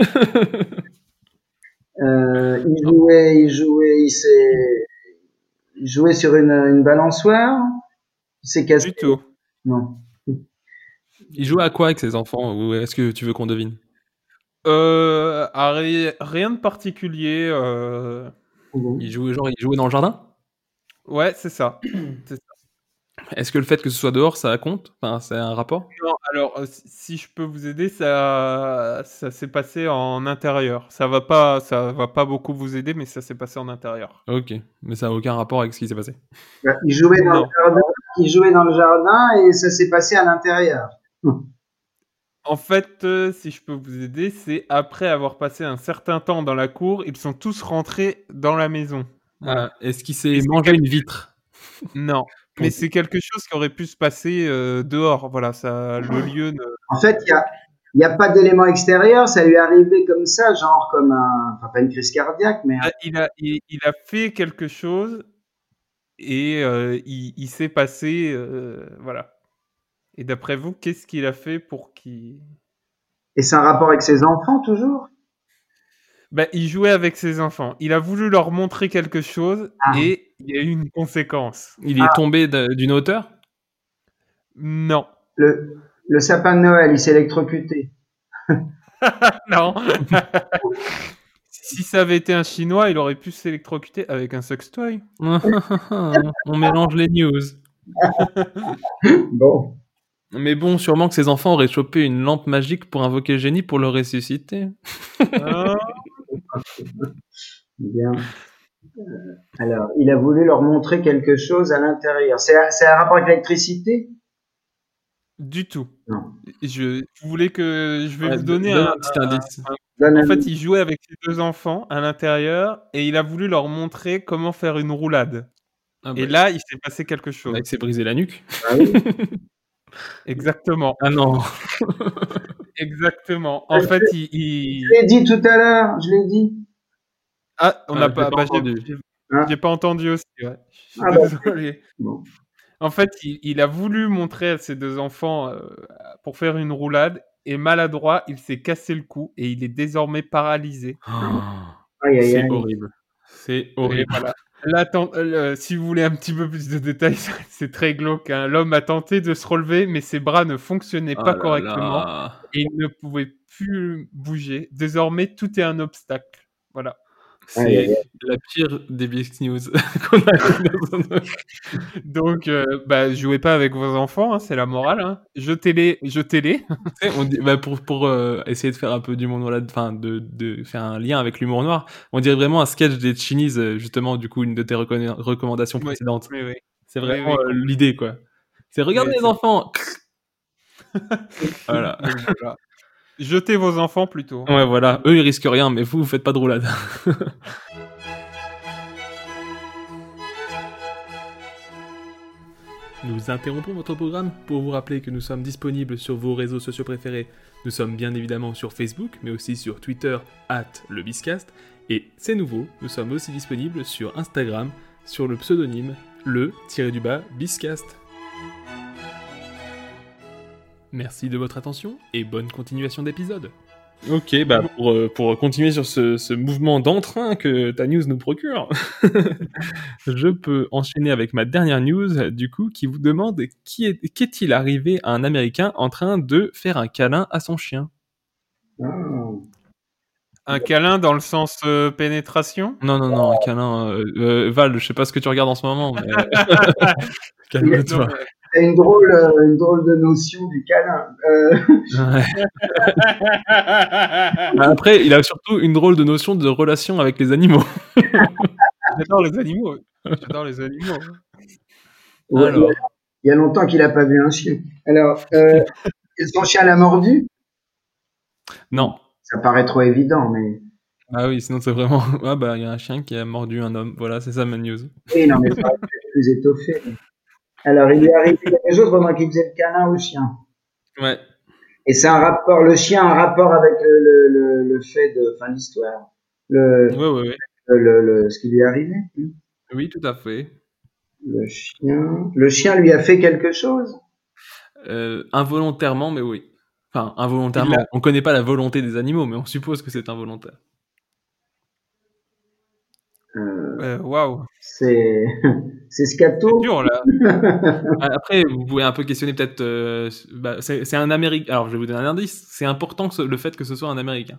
euh, il jouait, il jouait, il s'est, il jouait sur une, une balançoire. Il s'est cassé. Du tout. Non. Il jouait à quoi avec ses enfants? Ou est-ce que tu veux qu'on devine? Euh, ah, ri- rien de particulier. euh, Il jouait, genre, il jouait dans le jardin? Ouais, c'est ça. C'est ça. Est-ce que le fait que ce soit dehors, ça compte? Enfin, c'est un rapport? Non, alors, euh, si si je peux vous aider, ça, ça s'est passé en intérieur. Ça va pas, ça va pas beaucoup vous aider, mais ça s'est passé en intérieur. Ok, mais ça n'a aucun rapport avec ce qui s'est passé. Bah, il jouait dans Non. le jardin, il jouait dans le jardin et ça s'est passé à l'intérieur. En fait, euh, si je peux vous aider, c'est après avoir passé un certain temps dans la cour, ils sont tous rentrés dans la maison. Voilà. Ah, est-ce qu'il s'est Et c'est mangé quelque- une vitre? Non, mais c'est quelque chose qui aurait pu se passer euh, dehors. Voilà, ça, le lieu ne. En fait, il y a, il y a pas d'élément extérieur, ça lui est arrivé comme ça, genre comme un, enfin pas une crise cardiaque, mais un- Ah, Il a, il, il a fait quelque chose et euh, il, il s'est passé, euh, voilà. Et d'après vous, qu'est-ce qu'il a fait pour qu'il... et c'est un rapport avec ses enfants toujours. Ben, il jouait avec ses enfants. Il a voulu leur montrer quelque chose Ah. et il y a eu une conséquence. Il est tombé de- d'une hauteur? Non. Le, le sapin de Noël, il s'est électrocuté. Non. Si ça avait été un Chinois, il aurait pu s'électrocuter avec un sextoy. On mélange les news. Bon, Mais bon, sûrement que ses enfants auraient chopé une lampe magique pour invoquer le génie pour le ressusciter. Ah, bien. Euh, alors, il a voulu leur montrer quelque chose à l'intérieur. C'est, c'est un rapport avec l'électricité? du tout. Non. Je, vous voulez que je vais Ouais, vous donner donne un, un petit indice. Donne En un- fait, il jouait avec ses deux enfants à l'intérieur et il a voulu leur montrer comment faire une roulade. Ah Et bah, là, il s'est passé quelque chose. il s'est brisé la nuque. Ah oui. Exactement. Ah non. Exactement. En fait, il. il- Je l'ai dit tout à l'heure, je l'ai dit. Ah, on Ah, n'a j'ai pas. pas bah, j'ai- entendu. j'ai- Hein? J'ai pas entendu aussi. Ouais. Je suis Ah bah. désolé. Bon. En fait, il, il a voulu montrer à ses deux enfants euh, pour faire une roulade et maladroit, il s'est cassé le cou et il est désormais paralysé. Aïe, aïe, C'est aïe. horrible. C'est Et horrible. voilà. Là, ten- euh, si vous voulez un petit peu plus de détails, c'est très glauque. Hein. L'homme a tenté de se relever, mais ses bras ne fonctionnaient Oh pas là correctement là. et il ne pouvait plus bouger. Désormais, tout est un obstacle. Voilà. Aïe, aïe, C'est la pire des Big News qu'on a eu dans un- Donc, euh, bah, jouez pas avec vos enfants, hein, c'est la morale. Hein. Jetez-les, jetez-les. Tu sais, on dit, bah, pour, pour euh, essayer de faire un peu d'humour noir, enfin, de, de faire un lien avec l'humour noir, on dirait vraiment un sketch des Chinese, euh, justement, du coup, une de tes reconna- recommandations Oui, précédentes. oui, oui. C'est Oui, vraiment oui, euh, l'idée, quoi. C'est regardez Mais les c'est- enfants. Voilà. Donc, voilà. Jetez vos enfants plutôt. Ouais, voilà. Eux, ils risquent rien, mais vous, vous faites pas de roulade. Nous interrompons votre programme pour vous rappeler que nous sommes disponibles sur vos réseaux sociaux préférés. Nous sommes bien évidemment sur Facebook, mais aussi sur Twitter, at le Biscast. Et c'est nouveau, nous sommes aussi disponibles sur Instagram, sur le pseudonyme le-du-bas Biscast. Merci de votre attention et bonne continuation d'épisode. Ok, bah pour, euh, pour continuer sur ce, ce mouvement d'entrain que ta news nous procure, je peux enchaîner avec ma dernière news, du coup, qui vous demande qui est, qu'est-il arrivé à un Américain en train de faire un câlin à son chien? Ah. Un câlin dans le sens euh, pénétration. Non, non, non, un câlin... Euh, euh, Val, je sais pas ce que tu regardes en ce moment, mais... Calme-toi. Non, mais- C'est une drôle, euh, une drôle de notion du câlin. Euh, Ouais. Après, il a surtout une drôle de notion de relation avec les animaux. J'adore les animaux. J'adore les animaux. ouais, Alors, Il y a longtemps qu'il n'a pas vu un chien. Alors, euh, son chien l'a mordu? non. Ça paraît trop évident, mais. Ah oui, sinon c'est vraiment... Ah bah, il y a un chien qui a mordu un homme. Voilà, c'est ça ma news. Oui, non, mais ça aurait pu être plus étoffé. Alors, il lui est arrivé quelque chose pendant qu'il faisait le câlin au chien. Ouais. Et c'est un rapport, le chien a un rapport avec le, le, le, le fait de, enfin, l'histoire. Le, Ouais, ouais, ouais. le, le, le- ce qui lui est arrivé. Oui, tout à fait. Le chien, le chien lui a fait quelque chose? Euh, involontairement, mais oui. Enfin, involontairement. Il a- On connaît pas la volonté des animaux, mais on suppose que c'est involontaire. Euh, Euh, Waouh. c'est c'est C'est scato. dur, là. Après, vous pouvez un peu questionner peut-être. euh, bah, c'est c'est un Américain. Alors, je vais vous donner un indice. C'est important que ce- le fait que ce soit un Américain.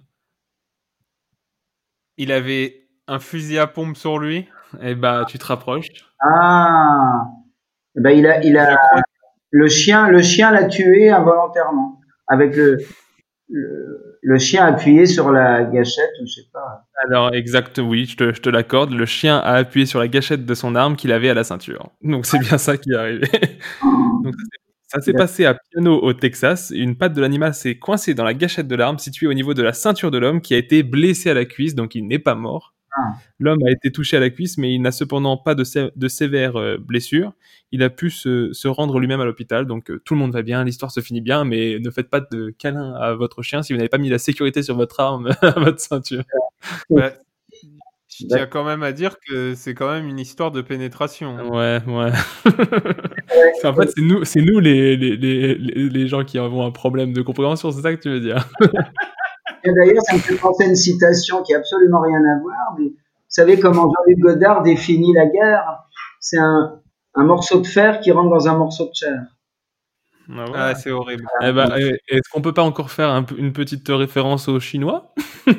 Il avait un fusil à pompe sur lui. Eh bah, tu te rapproches. Ah, eh ben il a il a Je crois que le chien le chien l'a tué involontairement avec le le, le chien appuyé sur la gâchette ou je sais pas. Alors, exact, oui, je te, je te l'accorde. Le chien a appuyé sur la gâchette de son arme qu'il avait à la ceinture. Donc, c'est bien ça qui est arrivé. Donc, ça s'est ça s'est passé à Piano, au Texas. Une patte de l'animal s'est coincée dans la gâchette de l'arme située au niveau de la ceinture de l'homme qui a été blessé à la cuisse, donc il n'est pas mort. Ah. L'homme a été touché à la cuisse, mais il n'a cependant pas de, sé- de sévères euh, blessures. Il a pu se, se rendre lui-même à l'hôpital, donc euh, tout le monde va bien, l'histoire se finit bien, mais ne faites pas de câlin à votre chien si vous n'avez pas mis la sécurité sur votre arme à votre ceinture. bah, je tiens D'accord. quand même à dire que c'est quand même une histoire de pénétration. Ouais, ouais. C'est- en fait, c'est nous, c'est nous les, les, les, les les gens qui avons un problème de compréhension, c'est ça que tu veux dire? Et d'ailleurs, ça me fait penser à une citation qui a absolument rien à voir, mais vous savez comment Jean-Luc Godard définit la guerre? C'est un, un morceau de fer qui rentre dans un morceau de chair. Ah, voilà. Ah, c'est horrible. Eh ben, euh, est-ce qu'on peut pas encore faire un peu- une petite référence aux Chinois?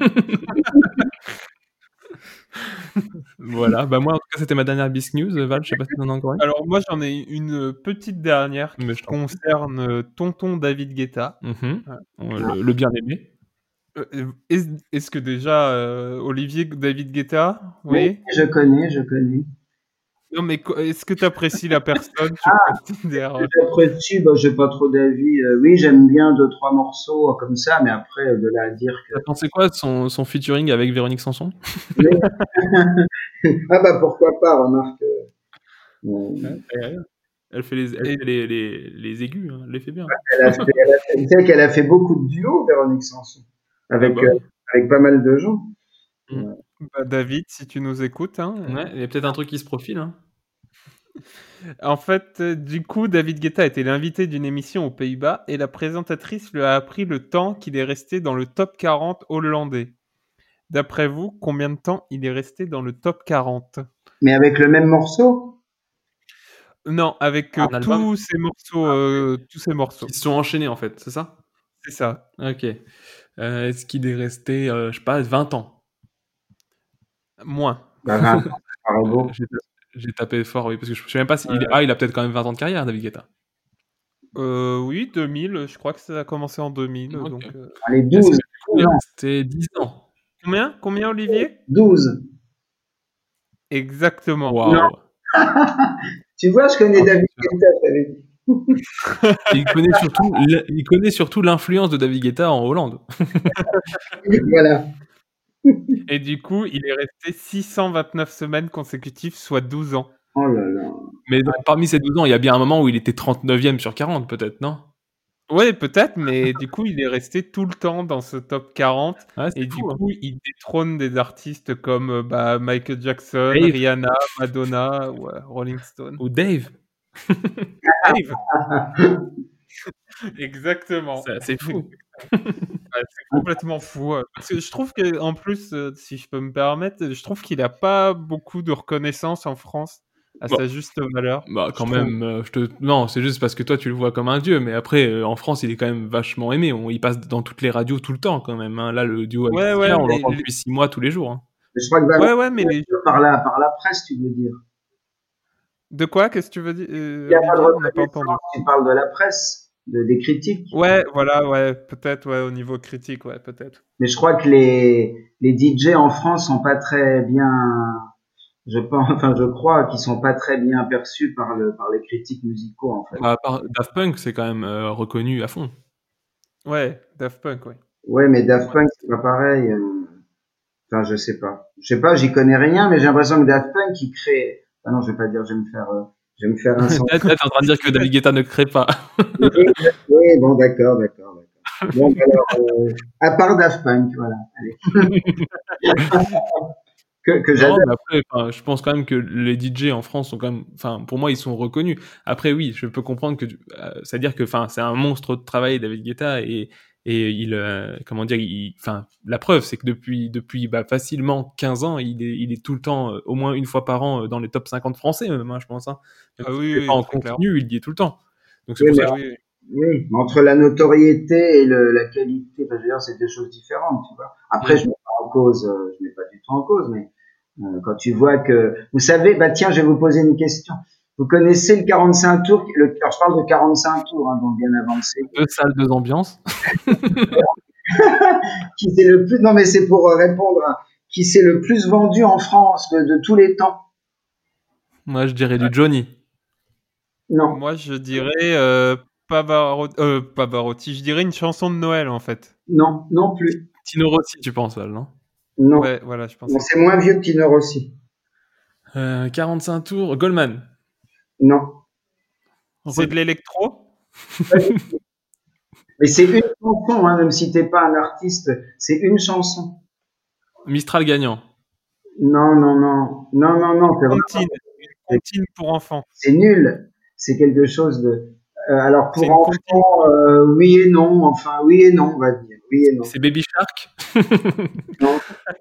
Voilà, bah moi en tout cas c'était ma dernière Bisque News. Val, je sais pas si t'en as encore une. Alors moi j'en ai une petite dernière Mais qui je t'en prie. concerne euh, tonton David Guetta. Mhm. Ouais. Le, le bien-aimé. Euh, euh, Est-ce est-ce que déjà euh, Olivier David Guetta, Oui, oui? je connais, je connais. Non mais co- est-ce que tu apprécies la personne? Tu considères, euh, J'apprécie, bah, j'ai pas trop d'avis. Euh, oui, j'aime bien deux, trois morceaux euh, comme ça, mais après, euh, de là à dire que... T'as pensé quoi de son, son featuring avec Véronique Sanson? Oui. Ah bah pourquoi pas, remarque. euh, bon, Elle fait les, elle Et- fait les, les, les aigus, hein, elle les fait bien. elle a fait, elle a fait, tu sais qu'elle a fait beaucoup de duos, Véronique Sanson, avec, Ah bah euh, avec pas mal de gens. Mm. bah, David, si tu nous écoutes, hein, euh, Ouais, il y a peut-être un truc qui se profile. Hein. En fait, euh, du coup, David Guetta était l'invité d'une émission aux Pays-Bas et la présentatrice lui a appris le temps qu'il est resté dans le top quarante hollandais. D'après vous, combien de temps il est resté dans le top quarante? Mais avec le même morceau? Non, avec euh, Un album tous ces morceaux, euh, tous ces morceaux. Qui se sont enchaînés en fait, c'est ça? C'est ça. Ok. Euh, est-ce qu'il est resté, euh, je sais pas, vingt ans? Moins. Bah, vingt ans, ça paraît beau. J'ai j'ai tapé fort, oui, parce que je sais même pas si. Il est- Ah, il a peut-être quand même vingt ans de carrière, David Guetta. Euh, oui, deux mille. Je crois que ça a commencé en deux mille. Ok. Donc, euh, Allez, Est-ce douze. que du coup, il est Non, resté dix ans? combien? Combien, Olivier? douze. Exactement. Waouh. Tu vois, je connais David Guetta, je t'avais dit. Il connaît surtout, l- il connaît surtout l'influence de David Guetta en Hollande. Voilà. Et du coup, il est resté six cent vingt-neuf semaines consécutives, soit douze ans. Oh là là. Mais donc, parmi ces douze ans, il y a bien un moment où il était trente-neuvième sur quarante, peut-être, non? Ouais, peut-être, mais du coup, il est resté tout le temps dans ce top quarante. Ouais, c'est Et du fou, hein. coup, il détrône des artistes comme euh, bah, Michael Jackson, Dave. Rihanna, Madonna ou euh, Rolling Stone. Ou Dave. Dave. Exactement. C'est c'est fou. Ouais, c'est complètement fou. ouais. Parce que je trouve que, en plus, euh, si je peux me permettre, je trouve qu'il n'a pas beaucoup de reconnaissance en France à Bon. sa juste valeur. Bah, quand Je même, euh, je te... non, c'est juste parce que toi, tu le vois comme un dieu, mais après, euh, en France, il est quand même vachement aimé. On... Il passe dans toutes les radios tout le temps, quand même. Hein. Là, le duo avec Ouais, Sia, ouais, on mais l'entend les- depuis six mois tous les jours. Hein. Mais je crois que Ouais, ouais, mais les... par la, par la presse, tu veux dire. De quoi? Qu'est-ce que tu veux dire, euh, Il n'y a pas de Olivier? On n'a pas entendu. reconnaissance, tu parles de la presse, de, des critiques. Ouais, voilà, ouais, peut-être, ouais, au niveau critique, ouais, peut-être. Mais je crois que les, les D J en France sont pas très bien, je pense, enfin, je crois qu'ils sont pas très bien perçus par le, par les critiques musicaux, en fait. Bah, à part Daft Punk, c'est quand même euh, reconnu à fond. Ouais, Daft Punk, ouais. Ouais, mais Daft Punk, c'est pas pareil. euh. Enfin, je sais pas. Je sais pas, j'y connais rien, mais j'ai l'impression que Daft Punk, il crée, ah non, je vais pas dire, je vais me faire, euh, je vais me faire un son. Là, t'es en train de dire que David Guetta ne crée pas. Oui, oui, bon, d'accord, d'accord, d'accord. Bon, alors, euh, à part Daft Punk, voilà. Allez. que, que Non, j'adore. mais après, enfin, je pense quand même que les D J en France sont quand même, enfin, pour moi, ils sont reconnus. Après, oui, je peux comprendre que, euh, c'est-à-dire que, enfin, c'est un monstre de travail, David Guetta, et Et il, euh, comment dire, il, enfin, la preuve, c'est que depuis, depuis bah, facilement quinze ans, il est, il est tout le temps, euh, au moins une fois par an, euh, dans les top cinquante français, même, hein, je pense. Hein. Même Ah si oui, c'est oui, pas en très clair. continu, il y est tout le temps. Donc c'est Oui, pour mais ça que Ah je- oui, oui. Oui, mais entre la notoriété et le, la qualité, enfin, je veux dire, c'est deux choses différentes, tu vois. Après, Mm. je mets pas en cause, euh, je mets pas du tout en cause, mais euh, quand tu vois que, vous savez, bah tiens, je vais vous poser une question. Vous connaissez le quarante-cinq tours, le, alors je parle de quarante-cinq tours, hein, donc bien avancé. deux salles, deux ambiances. Qui c'est le plus, non mais c'est pour euh, répondre à, qui c'est le plus vendu en France de, de tous les temps? Moi, je dirais du Johnny. Non, Moi, je dirais euh, Pavarotti, euh, Pavarotti, je dirais une chanson de Noël, en fait. non, non plus. Tino Rossi, tu penses, Val, non? Non, Ouais, voilà, je non, pensais. c'est moins vieux que Tino Rossi. Euh, quarante-cinq tours, Goldman. Non. C'est de l'électro? Mais c'est une chanson, hein, même si t'es pas un artiste, c'est une chanson. Mistral gagnant. Non, non, non, non, non, non, c'est vraiment, Comptine. Une comptine pour enfants. c'est nul. C'est quelque chose de, euh, alors C'est pour une comptine. enfants, euh, oui et non, enfin oui et non, on va dire, oui et non. C'est Baby Shark. Non.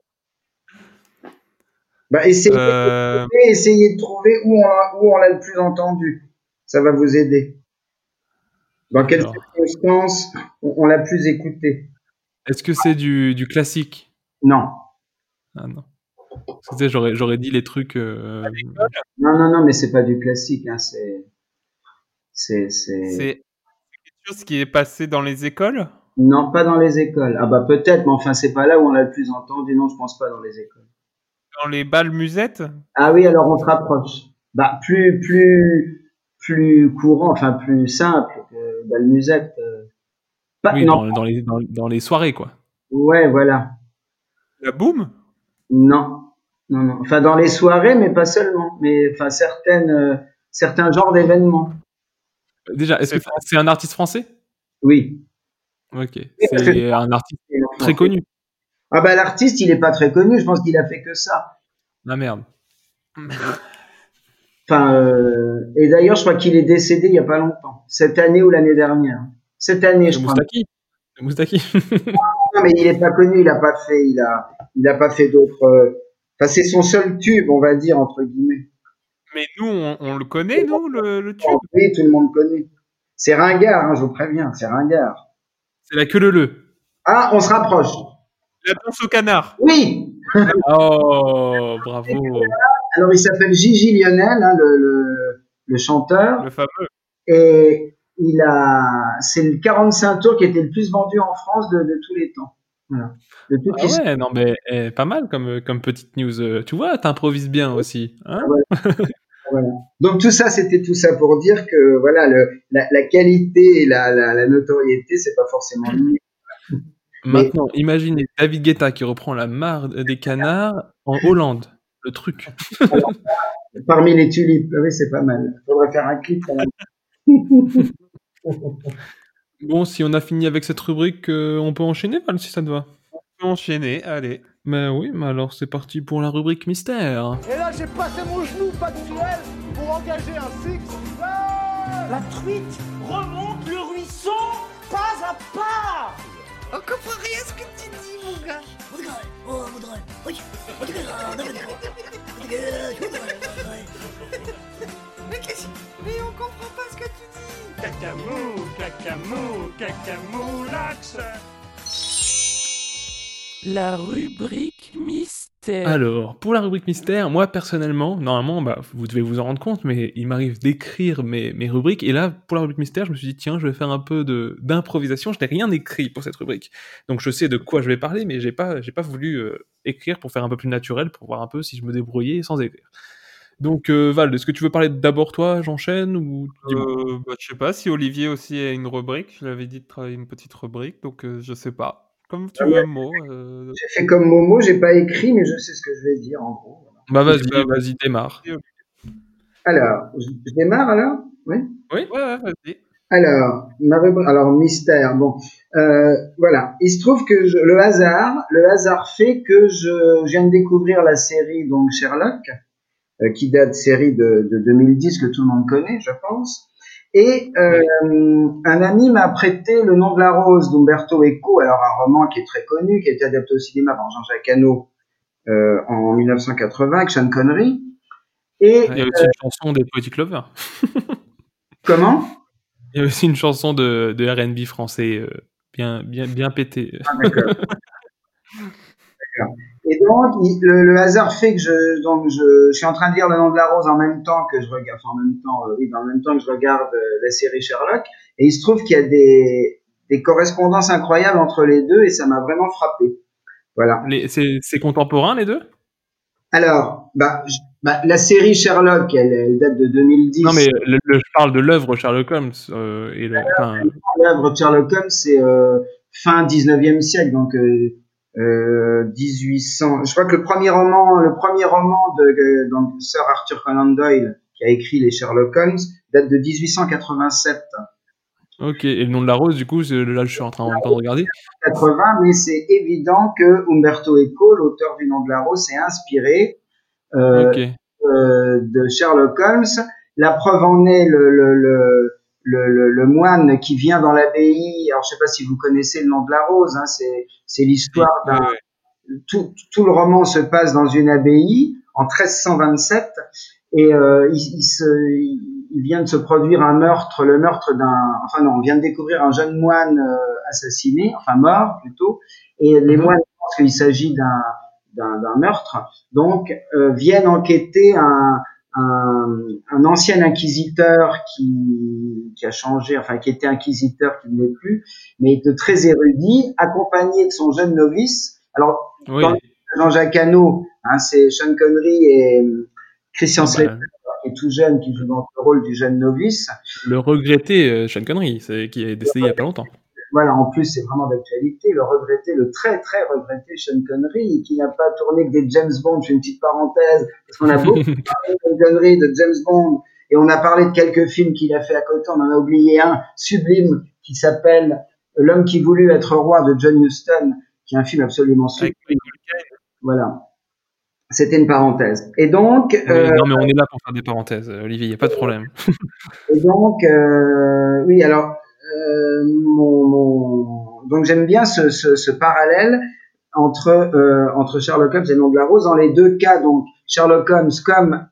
Bah essayez, Euh, essayez de trouver où on l'a, où on l'a le plus entendu. Ça va vous aider. Dans quelles Alors, circonstances on, on l'a plus écouté? est-ce que c'est du, du classique? Non, Ah non. Parce que, tu sais, j'aurais, j'aurais dit les trucs. euh, non, non, non, mais c'est pas du classique, hein, c'est, c'est, c'est, c'est quelque chose qui est passé dans les écoles? non, pas dans les écoles. Ah bah peut-être, mais enfin c'est pas là où on l'a le plus entendu. Non, je pense pas dans les écoles. Dans les bals musettes? Ah oui, alors on se rapproche. Bah plus, plus, plus courant, enfin plus simple que bah, le musette. euh, Pas, Oui, non, dans, dans, les, dans, dans les soirées, quoi. ouais, voilà. La boum? Non, non, non. Enfin dans les soirées, mais pas seulement. Mais enfin certaines, euh, certains genres d'événements. Déjà, est-ce que C'est c'est un artiste français? Oui. Ok. Oui, parce que C'est un artiste c'est en très français. connu. Ah bah l'artiste, il est pas très connu. Je pense qu'il a fait que ça. Ah merde. Enfin, euh, et d'ailleurs, je crois qu'il est décédé il y a pas longtemps. Cette année ou l'année dernière. Cette année, C'est je crois. Moustaki. C'est Moustaki. Non, mais il est pas connu. Il a pas fait. Il a, il a pas fait d'autres. euh, Enfin, c'est son seul tube, on va dire entre guillemets. Mais nous, on, on le connaît, nous, le, le tube? Oui, tout le monde connaît. C'est ringard, hein, je vous préviens. C'est ringard. C'est la queue le le. Ah, on se rapproche. La danse au canard. Oui. Oh, bravo. Alors, il s'appelle Gigi Lionel, hein, le, le, le chanteur. Le fameux. Et il a, c'est le quarante-cinq tours qui était le plus vendu en France de, de tous les temps. Voilà. Le truc Ah qui se- ouais, non mais eh, pas mal comme, comme petite news. Euh, Tu vois, t'improvises bien aussi. Hein? Voilà. Donc tout ça, c'était tout ça pour dire que voilà, le, la, la qualité et la, la, la notoriété, c'est pas forcément lié. Mais Maintenant, imaginez David Guetta qui reprend la mare des canards en Hollande. Le truc. alors, parmi les tulipes, oui, c'est pas mal. Faudrait faire un clip quand même. Bon, si on a fini avec cette rubrique, euh, on peut enchaîner, Val, si ça te va. On peut enchaîner, allez. Mais oui, mais alors c'est parti pour la rubrique mystère. Et là, j'ai passé mon genou pas de fiel pour engager un six. Ouais. La truite remonte le ruisseau pas à pas. On comprend rien à ce que tu dis, mon gars. Mais qu'est-ce Mais on comprend pas ce que tu dis. Cacamou, cacamou, cacamoulax. La rubrique mystère. Alors, pour la rubrique mystère, moi personnellement, normalement, bah, vous devez vous en rendre compte, mais il m'arrive d'écrire mes, mes rubriques. Et là, pour la rubrique mystère, je me suis dit, tiens, je vais faire un peu de, d'improvisation. Je n'ai rien écrit pour cette rubrique. Donc je sais de quoi je vais parler, mais j'ai pas, j'ai pas voulu euh, écrire pour faire un peu plus naturel, pour voir un peu si je me débrouillais sans écrire. Donc, euh, Val, est-ce que tu veux parler d'abord toi, j'enchaîne ou dis-moi. Euh, bah, je sais pas si Olivier aussi a une rubrique. Je l'avais dit de travailler une petite rubrique, donc euh, je sais pas. Comme tu veux, Mo. euh, J'ai fait comme Momo, j'ai pas écrit, mais je sais ce que je vais dire en gros. Voilà. Bah vas-y, bah, vas-y, démarre. Alors, je, je démarre alors. Oui. Ouais, ouais, vas-y. Alors, ma rubrique, alors mystère. Bon, euh, voilà. Il se trouve que je, le hasard, le hasard fait que je, je viens de découvrir la série donc Sherlock, euh, qui date série de, de deux mille dix que tout le monde connaît, je pense. Et euh, un ami m'a prêté Le Nom de la Rose d'Umberto Eco, alors un roman qui est très connu, qui a été adapté au cinéma par Jean-Jacques Hano euh, en mille neuf cent quatre-vingts avec Sean Connery. Et il y a aussi euh, une chanson des Poetic Lovers. Comment? Il y a aussi une chanson de, de R and B français euh, bien, bien, bien pétée. Ah, d'accord. D'accord. Et donc, il, le, le hasard fait que je, donc je, je suis en train de lire Le Nom de la Rose en même temps que je regarde, enfin en même temps, euh, oui, en même temps que je regarde euh, la série Sherlock, et il se trouve qu'il y a des, des correspondances incroyables entre les deux, et ça m'a vraiment frappé. Voilà. Les, c'est, c'est contemporain les deux? Alors, bah, je, bah, la série Sherlock, elle, elle date de deux mille dix. Non, mais le, le, je parle de l'œuvre Sherlock Holmes. Euh, et le, enfin... L'œuvre Sherlock Holmes, c'est euh, fin dix-neuvième siècle, donc euh, euh, dix-huit cents. Je crois que le premier roman, le premier roman de, de donc Sir Arthur Conan Doyle, qui a écrit les Sherlock Holmes, date de dix-huit cent quatre-vingt-sept. Ok, et Le Nom de la Rose, du coup, là, je suis en train en même temps de regarder. quatre-vingts, mais c'est évident que Umberto Eco, l'auteur du Nom de la Rose, s'est inspiré euh, okay. euh, de Sherlock Holmes. La preuve en est le, le, le, le, le, le moine qui vient dans l'abbaye. Alors, je sais pas si vous connaissez Le Nom de la Rose. Hein, c'est, c'est l'histoire d'un. Oui, oui. Tout, tout le roman se passe dans une abbaye en treize cent vingt-sept, et euh, il, il se il, il vient de se produire un meurtre, le meurtre d'un, enfin non, on vient de découvrir un jeune moine euh, assassiné, enfin mort plutôt, et les mm-hmm. moines pensent qu'il s'agit d'un, d'un, d'un meurtre, donc euh, viennent enquêter un, un, un ancien inquisiteur qui, qui a changé, enfin qui était inquisiteur, qui ne l'est plus, mais de très érudit, accompagné de son jeune novice. Alors, oui. Dans Jean-Jacques Hano, hein, c'est Sean Connery et Christian Slater, bah, qui est tout jeune, qui joue dans le rôle du jeune novice. Le regretté euh, Sean Connery, c'est, qui est décédé il y a pas longtemps. Voilà, en plus, c'est vraiment d'actualité. Le regretté, le très, très regretté Sean Connery, qui n'a pas tourné que des James Bond. Je fais une petite parenthèse, parce qu'on a beaucoup parlé de Sean Connery, de James Bond, et on a parlé de quelques films qu'il a fait à côté. On en a oublié un sublime qui s'appelle L'homme qui voulut être roi de John Huston, qui est un film absolument sublime. Voilà. C'était une parenthèse. Et donc. Oui, euh, non, mais on est là pour faire des parenthèses, Olivier, il n'y a pas de problème. Et donc, euh, oui, alors, euh, mon, mon... donc j'aime bien ce, ce, ce parallèle entre, euh, entre Sherlock Holmes et Le Nom de la Rose. Dans les deux cas, donc, Sherlock Holmes, comme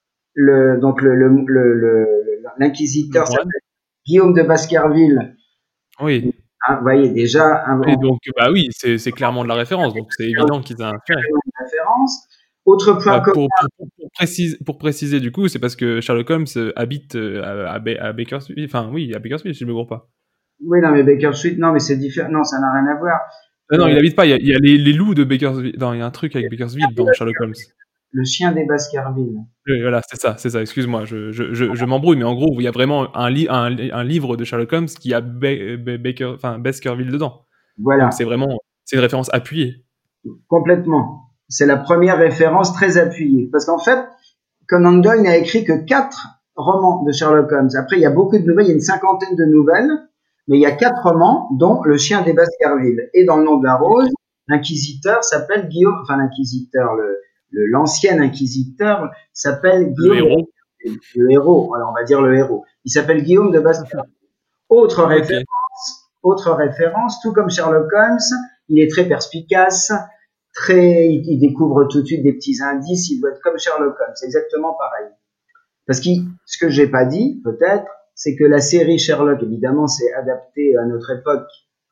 le, donc le, le, le, le, l'inquisiteur ouais. s'appelle Guillaume de Baskerville. Oui. Hein, vous voyez déjà. Un... Et donc, bah oui, c'est, c'est clairement de la référence, donc c'est évident qu'ils ont fait. Référence. Autre point bah, pour, pour, pour, préciser, pour préciser, du coup, c'est parce que Sherlock Holmes habite à, à, à Baker Street. Enfin, oui, à Baker Street, si je ne me gourre pas. Oui, non, mais Baker Street, non, mais c'est différent. Non, ça n'a rien à voir. Ah, non, euh, il habite pas. Il y a, il y a les, les loups de Bakersville. Non, il y a un truc avec Bakersville dans Sherlock Holmes. Le chien des Baskerville. Oui, voilà, c'est ça, c'est ça. Excuse-moi, je, je, je, je m'embrouille, mais en gros, il y a vraiment un, li- un, un livre de Sherlock Holmes qui a Ba- Ba- Baker, enfin, Baskerville dedans. Voilà. Donc c'est vraiment, c'est une référence appuyée. Complètement. C'est la première référence très appuyée. Parce qu'en fait, Conan Doyle n'a écrit que quatre romans de Sherlock Holmes. Après, il y a beaucoup de nouvelles, il y a une cinquantaine de nouvelles, mais il y a quatre romans, dont Le chien des Baskerville. Et dans Le Nom de la Rose, l'inquisiteur s'appelle Guillaume, enfin l'inquisiteur, le, le, l'ancien inquisiteur s'appelle Guillaume. Le héros. Le héros, alors on va dire le héros. Il s'appelle Guillaume de Baskerville. Autre okay. référence, autre référence, tout comme Sherlock Holmes, il est très perspicace, très, il, il découvre tout de suite des petits indices, il doit être comme Sherlock Holmes, c'est exactement pareil. Parce que ce que j'ai pas dit, peut-être, c'est que la série Sherlock, évidemment, c'est adapté à notre époque.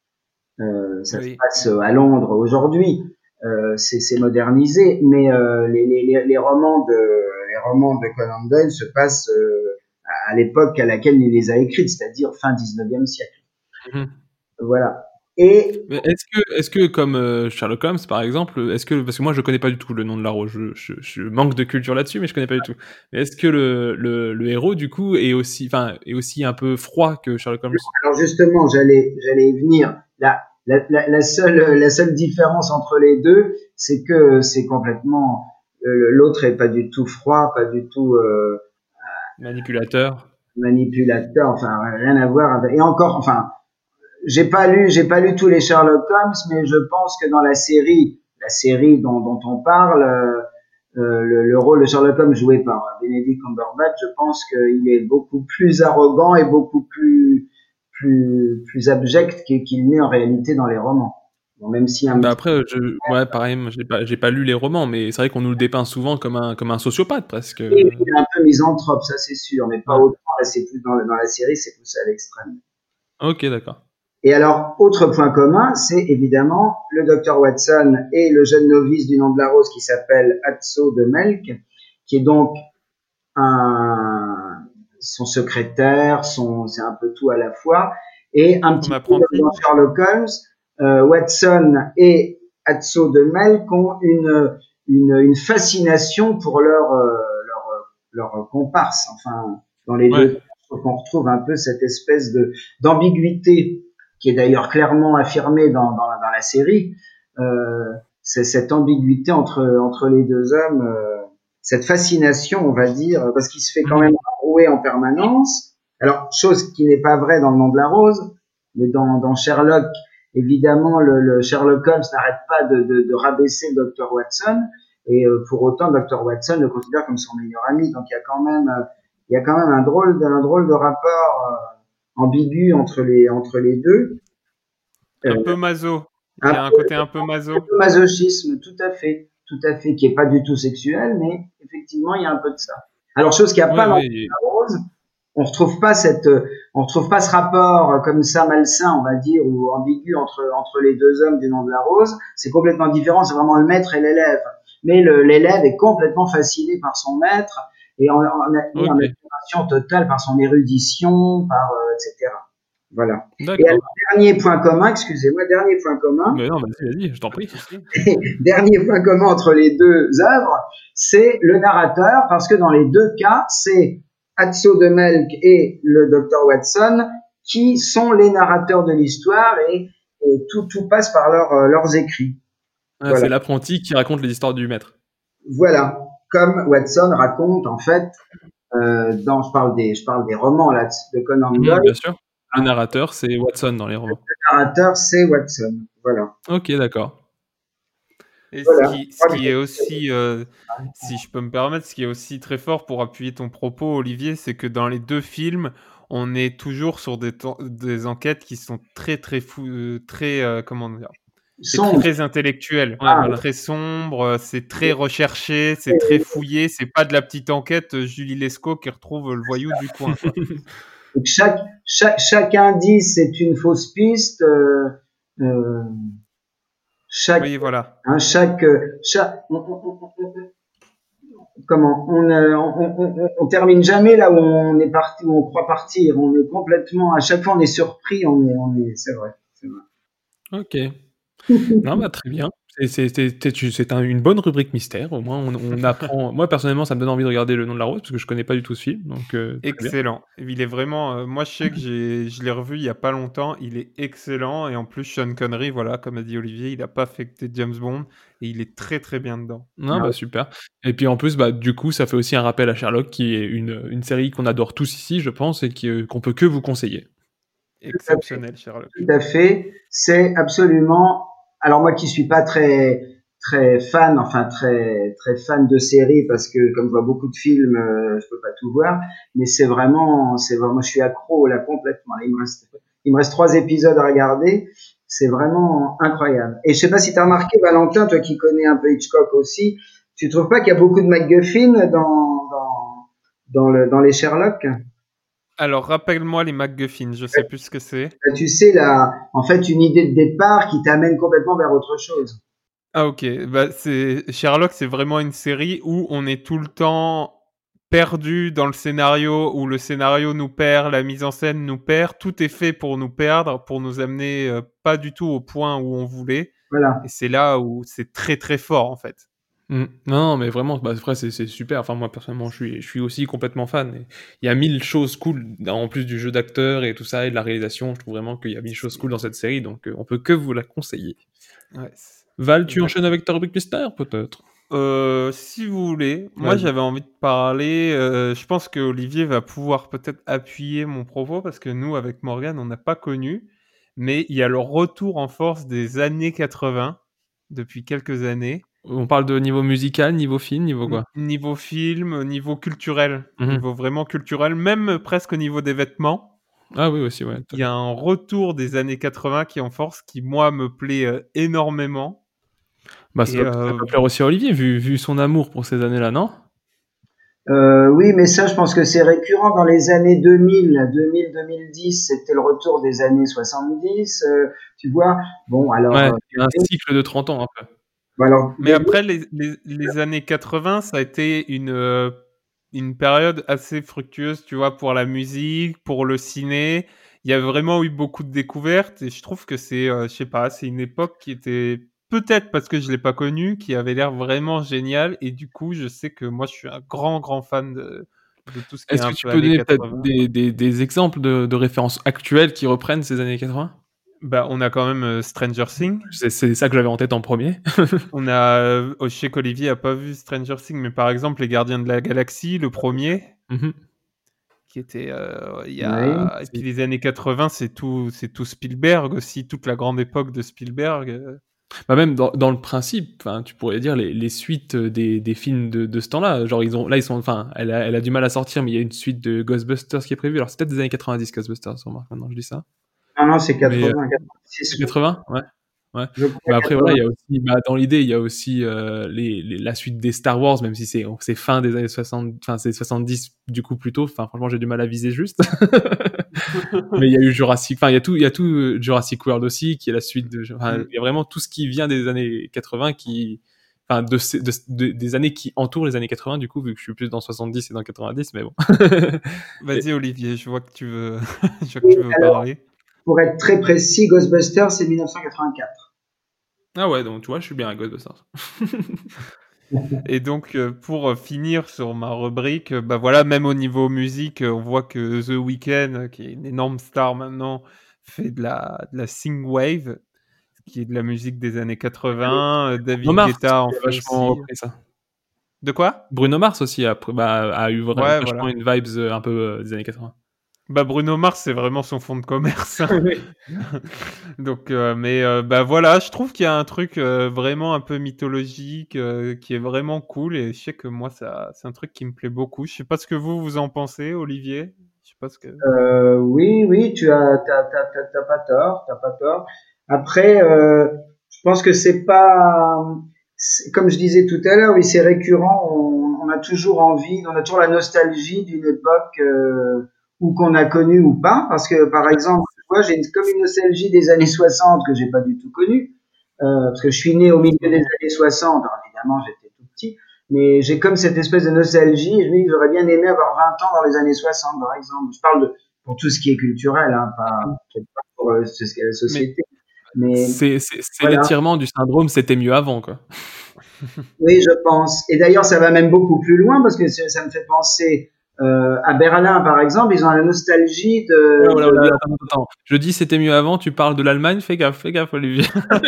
Euh, ça oui. se passe à Londres aujourd'hui. Euh, c'est, c'est modernisé, mais euh, les, les, les romans de les romans de Conan Doyle se passent euh, à l'époque à laquelle il les a écrites, c'est-à-dire fin dix-neuvième siècle. Mm-hmm. Voilà. Et mais est-ce que est-ce que comme euh, Sherlock Holmes par exemple, est-ce que parce que moi je connais pas du tout Le Nom de la Rose, je, je, je manque de culture là-dessus, mais je connais pas du tout. Mais est-ce que le le, le héros du coup est aussi enfin est aussi un peu froid que Sherlock Holmes? Alors justement, j'allais j'allais y venir. Là. La, la, la seule la seule différence entre les deux, c'est que c'est complètement euh, l'autre est pas du tout froid, pas du tout euh, manipulateur, manipulateur, enfin rien à voir avec. Et encore, enfin, j'ai pas lu j'ai pas lu tous les Sherlock Holmes, mais je pense que dans la série la série dont, dont on parle, euh, euh, le, le rôle de Sherlock Holmes joué par Benedict Cumberbatch, je pense qu'il est beaucoup plus arrogant et beaucoup plus plus plus abject qu'il n'est en réalité dans les romans. Bon, même si un bah après, je, ouais, pareil, moi, j'ai pas, j'ai pas lu les romans, mais c'est vrai qu'on nous le dépeint souvent comme un, comme un sociopathe presque. il est un peu misanthrope, ça c'est sûr, mais pas ouais. autant. Là, c'est plus dans, dans la série, c'est poussé à l'extrême. Ok, d'accord. Et alors, autre point commun, c'est évidemment le docteur Watson et le jeune novice du nom de la rose qui s'appelle Atso de Melk, qui est donc un, son secrétaire, son, c'est un peu tout à la fois, et un petit peu comme dans Sherlock Holmes, euh, Watson et Atso de Melk ont une, une, une fascination pour leur, euh, leur, leur comparse. Enfin, dans les ouais. deux, on retrouve un peu cette espèce de, d'ambiguïté qui est d'ailleurs clairement affirmée dans, dans, dans la série. Euh, c'est cette ambiguïté entre, entre les deux hommes, euh, cette fascination, on va dire, parce qu'il se fait quand même rouer en permanence. Alors, chose qui n'est pas vraie dans le nom de la rose, mais dans, dans Sherlock, évidemment, le, le Sherlock Holmes n'arrête pas de, de, de rabaisser le docteur Watson, et euh, pour autant, le docteur Watson le considère comme son meilleur ami. Donc, il y a quand même, euh, il y a quand même un drôle, un drôle de rapport euh, ambigu entre les, entre les deux. Un euh, peu maso. Il y a un, un côté un peu maso. Un peu masochisme, tout à fait, tout à fait, qui est pas du tout sexuel, mais effectivement, il y a un peu de ça. Alors, chose qu'il n'y a ouais, pas dans oui. la rose, on retrouve pas cette, on retrouve pas ce rapport comme ça malsain, on va dire, ou ambigu entre entre les deux hommes du nom de la rose. C'est complètement différent. C'est vraiment le maître et l'élève. Mais le, l'élève est complètement fasciné par son maître et en, en, en, okay. en admiration totale par son érudition, par euh, et cetera. Voilà. D'accord. Et alors, dernier point commun, excusez-moi, dernier point commun. Mais non, vas-y, vas-y, je t'en prie. Dernier point commun entre les deux œuvres, c'est le narrateur, parce que dans les deux cas, c'est Atso de Melk et le docteur Watson qui sont les narrateurs de l'histoire et, et tout, tout passe par leur, euh, leurs écrits. Ah, voilà. C'est l'apprenti qui raconte les histoires du maître. Voilà, comme Watson raconte en fait, euh, dans, je parle des, je parle des romans là de Conan Doyle. Mmh, bien sûr. Le narrateur, c'est Watson dans les romans. Le narrateur, c'est Watson. Voilà. Ok, d'accord. Et voilà. ce, qui, ce qui est aussi, euh, si je peux me permettre, ce qui est aussi très fort pour appuyer ton propos, Olivier, c'est que dans les deux films, on est toujours sur des, des enquêtes qui sont très, très fou, euh, très, euh, comment dire, c'est très, très intellectuel, ah, ouais, très sombre, c'est très recherché, c'est très fouillé, c'est pas de la petite enquête Julie Lescaut qui retrouve le voyou du coin. Quoi. Donc chaque, chaque, chaque indice c'est une fausse piste. Euh, euh, chaque, oui, voilà. Hein, chaque, chaque, on, on, on, comment, on, on, on, on termine jamais là où on est parti, où on croit partir. On est complètement, à chaque fois on est surpris, on est, on est, c'est vrai, c'est vrai. Ok. Non, bah très bien. C'est, c'est, c'est, c'est un, une bonne rubrique mystère. Au moins, on, on apprend. Moi, personnellement, ça me donne envie de regarder Le Nom de la Rose parce que je connais pas du tout ce film. Donc, euh, excellent. Il est vraiment. Euh, moi, je sais que j'ai, je l'ai revu il y a pas longtemps. Il est excellent et en plus, Sean Connery, voilà, comme a dit Olivier, il a pas affecté James Bond et il est très très bien dedans. Non, bah super. Et puis en plus, bah du coup, ça fait aussi un rappel à Sherlock, qui est une, une série qu'on adore tous ici, je pense, et qui, euh, qu'on peut que vous conseiller. Exceptionnel, Sherlock. Tout à fait. C'est absolument. Alors moi qui suis pas très très fan, enfin très très fan de séries parce que comme je vois beaucoup de films, euh, je peux pas tout voir, mais c'est vraiment, c'est vraiment, je suis accro là complètement. Il me reste, il me reste trois épisodes à regarder. C'est vraiment incroyable. Et je sais pas si tu as remarqué, Valentin, toi qui connais un peu Hitchcock aussi, tu trouves pas qu'il y a beaucoup de MacGuffin dans dans dans le dans les Sherlock? Alors, rappelle-moi les MacGuffin, je sais plus ce que c'est. Tu sais, là, en fait, une idée de départ qui t'amène complètement vers autre chose. Ah, ok. Bah, c'est... Sherlock, c'est vraiment une série où on est tout le temps perdu dans le scénario, où le scénario nous perd, la mise en scène nous perd. Tout est fait pour nous perdre, pour nous amener euh, pas du tout au point où on voulait. Voilà. Et c'est là où c'est très, très fort, en fait. Mmh. Non, mais vraiment, bah, après, c'est, c'est super. Enfin, moi, personnellement, je suis, je suis aussi complètement fan. Il y a mille choses cool, en plus du jeu d'acteur et tout ça, et de la réalisation. Je trouve vraiment qu'il y a mille choses cool dans cette série, donc euh, on peut que vous la conseiller. Ouais, Val, tu enchaînes avec ta rubrique mystère, peut-être? Euh, si vous voulez. Moi, ouais. J'avais envie de parler. Euh, je pense que Olivier va pouvoir peut-être appuyer mon propos parce que nous, avec Morgane, on n'a pas connu. Mais il y a le retour en force des années quatre-vingts depuis quelques années. On parle de niveau musical, niveau film, niveau quoi? Niveau film, niveau culturel, Mmh niveau vraiment culturel, même presque au niveau des vêtements. Ah oui, aussi, ouais. Il y a un retour des années quatre-vingts qui est en force, qui moi me plaît euh, énormément. Bah, ça Et doit, ça euh, doit plaire aussi à Olivier, vu, vu son amour pour ces années-là, non? Euh, oui, mais ça, je pense que c'est récurrent dans les années deux mille, deux mille, deux mille dix, c'était le retour des années soixante-dix, euh, tu vois. Bon, alors, Ouais, euh, il y a un cycle de trente ans un peu. bon, alors, Mais après, les, les, les années quatre-vingts, ça a été une, euh, une période assez fructueuse, tu vois, pour la musique, pour le ciné. Il y a vraiment eu beaucoup de découvertes et je trouve que c'est, euh, je sais pas, c'est une époque qui était, peut-être parce que je l'ai pas connue, qui avait l'air vraiment géniale et du coup, je sais que moi, je suis un grand, grand fan de, de tout ce qui est Est-ce un que tu peu peux années donner peut-être quatre-vingts. des, des, des exemples de, de références actuelles qui reprennent ces années quatre-vingts? Bah, on a quand même euh, Stranger Things. C'est, c'est ça que j'avais en tête en premier. On a, euh, je sais qu'Olivier a pas vu Stranger Things, mais par exemple, Les Gardiens de la Galaxie, le premier. Mhm. Qui était euh, il y oui. a et puis les années quatre-vingts, c'est tout c'est tout Spielberg aussi, toute la grande époque de Spielberg. euh. Bah même dans, dans le principe, enfin, tu pourrais dire les, les suites des, des films de, de ce temps-là. Genre ils ont, là ils sont, enfin, elle a, elle a du mal à sortir, mais il y a une suite de Ghostbusters qui est prévue. Alors c'est peut-être des années quatre-vingt-dix Ghostbusters, remarque maintenant je dis ça. Non, non, c'est Mais euh, quatre-vingts, quatre-vingt-six. quatre-vingts, ouais. Ouais. Je crois Bah après voilà, quatre-vingts. il y a aussi, bah, dans l'idée, il y a aussi euh, les, les, la suite des Star Wars, même si c'est c'est fin des années soixante, enfin c'est soixante-dix du coup plutôt. Enfin franchement j'ai du mal à viser juste. Mais il y a eu Jurassic, enfin il y a tout, il y a tout euh, Jurassic World aussi, qui est la suite de, enfin Mm. il y a vraiment tout ce qui vient des années quatre-vingts qui, enfin de, ces- de, de- des années qui entourent les années quatre-vingts du coup vu que je suis plus dans soixante-dix et dans quatre-vingt-dix, mais bon. Et- Vas-y Olivier, je vois que tu veux je vois que Et tu veux alors, parler. pour être très précis, Ghostbusters, c'est mille neuf cent quatre-vingt-quatre. Ah ouais, donc tu vois, je suis bien à Ghostbusters. Et donc euh, pour euh, finir sur ma rubrique, euh, bah voilà, même au niveau musique, euh, on voit que The Weeknd, euh, qui est une énorme star maintenant, fait de la de la synthwave, qui est de la musique des années quatre-vingts. euh, Bruno David Mars Guetta en qui a fait vachement aussi. repris ça. De quoi? Bruno Mars aussi a, bah, a eu vraiment Ouais, vachement voilà. une vibes euh, un peu euh, des années quatre-vingts. Bah Bruno Mars, c'est vraiment son fond de commerce, hein. Oui. Donc, euh, mais euh, bah voilà, je trouve qu'il y a un truc euh, vraiment un peu mythologique euh, qui est vraiment cool et je sais que moi, ça, c'est un truc qui me plaît beaucoup. Je sais pas ce que vous vous en pensez, Olivier. Je sais pas ce que. Euh, oui, oui, tu as, t'as, t'as, t'as, t'as pas tort, t'as pas tort. Après, euh, je pense que c'est pas, c'est- comme je disais tout à l'heure, oui, c'est récurrent. On, on a toujours envie, on a toujours la nostalgie d'une époque euh, ou qu'on a connue ou pas. Parce que, par exemple, moi, j'ai une, comme une nostalgie des années soixante que j'ai pas du tout connue, euh, parce que je suis né au milieu des années soixante. Alors, évidemment, j'étais tout petit. Mais j'ai comme cette espèce de nostalgie. Je me dis que j'aurais bien aimé avoir vingt ans dans les années soixante, par exemple. Je parle de, pour tout ce qui est culturel, hein, pas, peut-être pas pour euh, ce qui est la Mais société. Mais C'est, c'est, c'est voilà. l'étirement du syndrome, c'était mieux avant, quoi. Oui, je pense. Et d'ailleurs, ça va même beaucoup plus loin parce que ça ça me fait penser euh, à Berlin, par exemple. Ils ont la nostalgie Oh de, là de, là, de... attends, attends, attends. Je dis c'était mieux avant, tu parles de l'Allemagne, fais gaffe, fais gaffe, Olivier.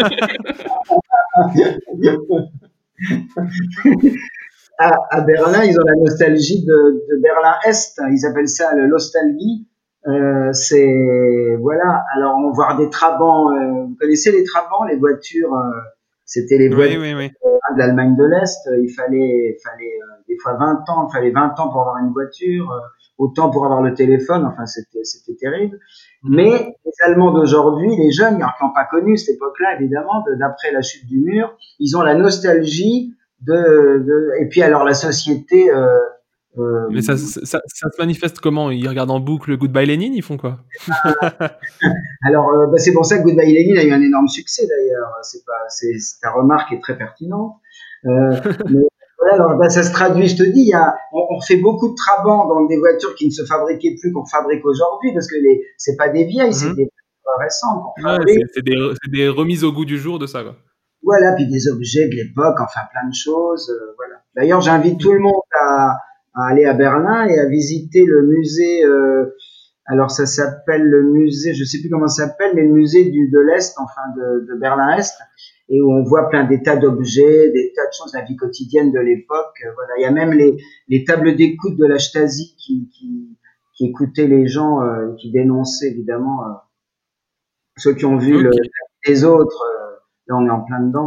à, à Berlin, ils ont la nostalgie de, de Berlin-Est. Ils appellent ça le nostalgie. Euh, c'est voilà. Alors on voit des trabants. Euh, vous connaissez les trabants, les voitures. Euh, c'était les Oui, voitures oui, oui. de l'Allemagne de l'Est. Il fallait, fallait euh, des fois vingt ans. Il fallait vingt ans pour avoir une voiture. Euh, autant pour avoir le téléphone. Enfin, c'était, c'était terrible. Mais les Allemands d'aujourd'hui, les jeunes, qui n'ont pas connu cette époque-là, évidemment, de, d'après la chute du mur, ils ont la nostalgie de, de et puis alors la société. Euh, euh, Mais ça, ça, ça, ça se manifeste comment? Ils regardent en boucle Goodbye Lénine, ils font quoi? Alors, euh, bah, c'est pour ça que Goodbye Lenin a eu un énorme succès d'ailleurs. C'est pas, c'est, ta remarque est très pertinente. Euh, mais voilà, alors, bah, ça se traduit. Je te dis, il y a, on, on fait beaucoup de trabants dans des voitures qui ne se fabriquaient plus qu'on fabrique aujourd'hui, parce que les, c'est pas des vieilles, c'est Mhm. des voitures récentes qu'on Ouais, fabrique. c'est, c'est, des, c'est des remises au goût du jour de ça, quoi. Voilà, puis des objets de l'époque, enfin plein de choses. Euh, voilà. D'ailleurs, j'invite tout le monde à, à aller à Berlin et à visiter le musée. Euh, alors ça s'appelle le musée, je sais plus comment ça s'appelle, mais le musée du de l'Est, enfin de, de Berlin-Est, et où on voit plein des tas d'objets, des tas de choses, la vie quotidienne de l'époque. Euh, voilà, il y a même les, les tables d'écoute de la Stasi qui, qui, qui écoutaient les gens, euh, qui dénonçaient évidemment euh, ceux qui ont vu le, Ok. les autres. Euh, là, on est en plein dedans.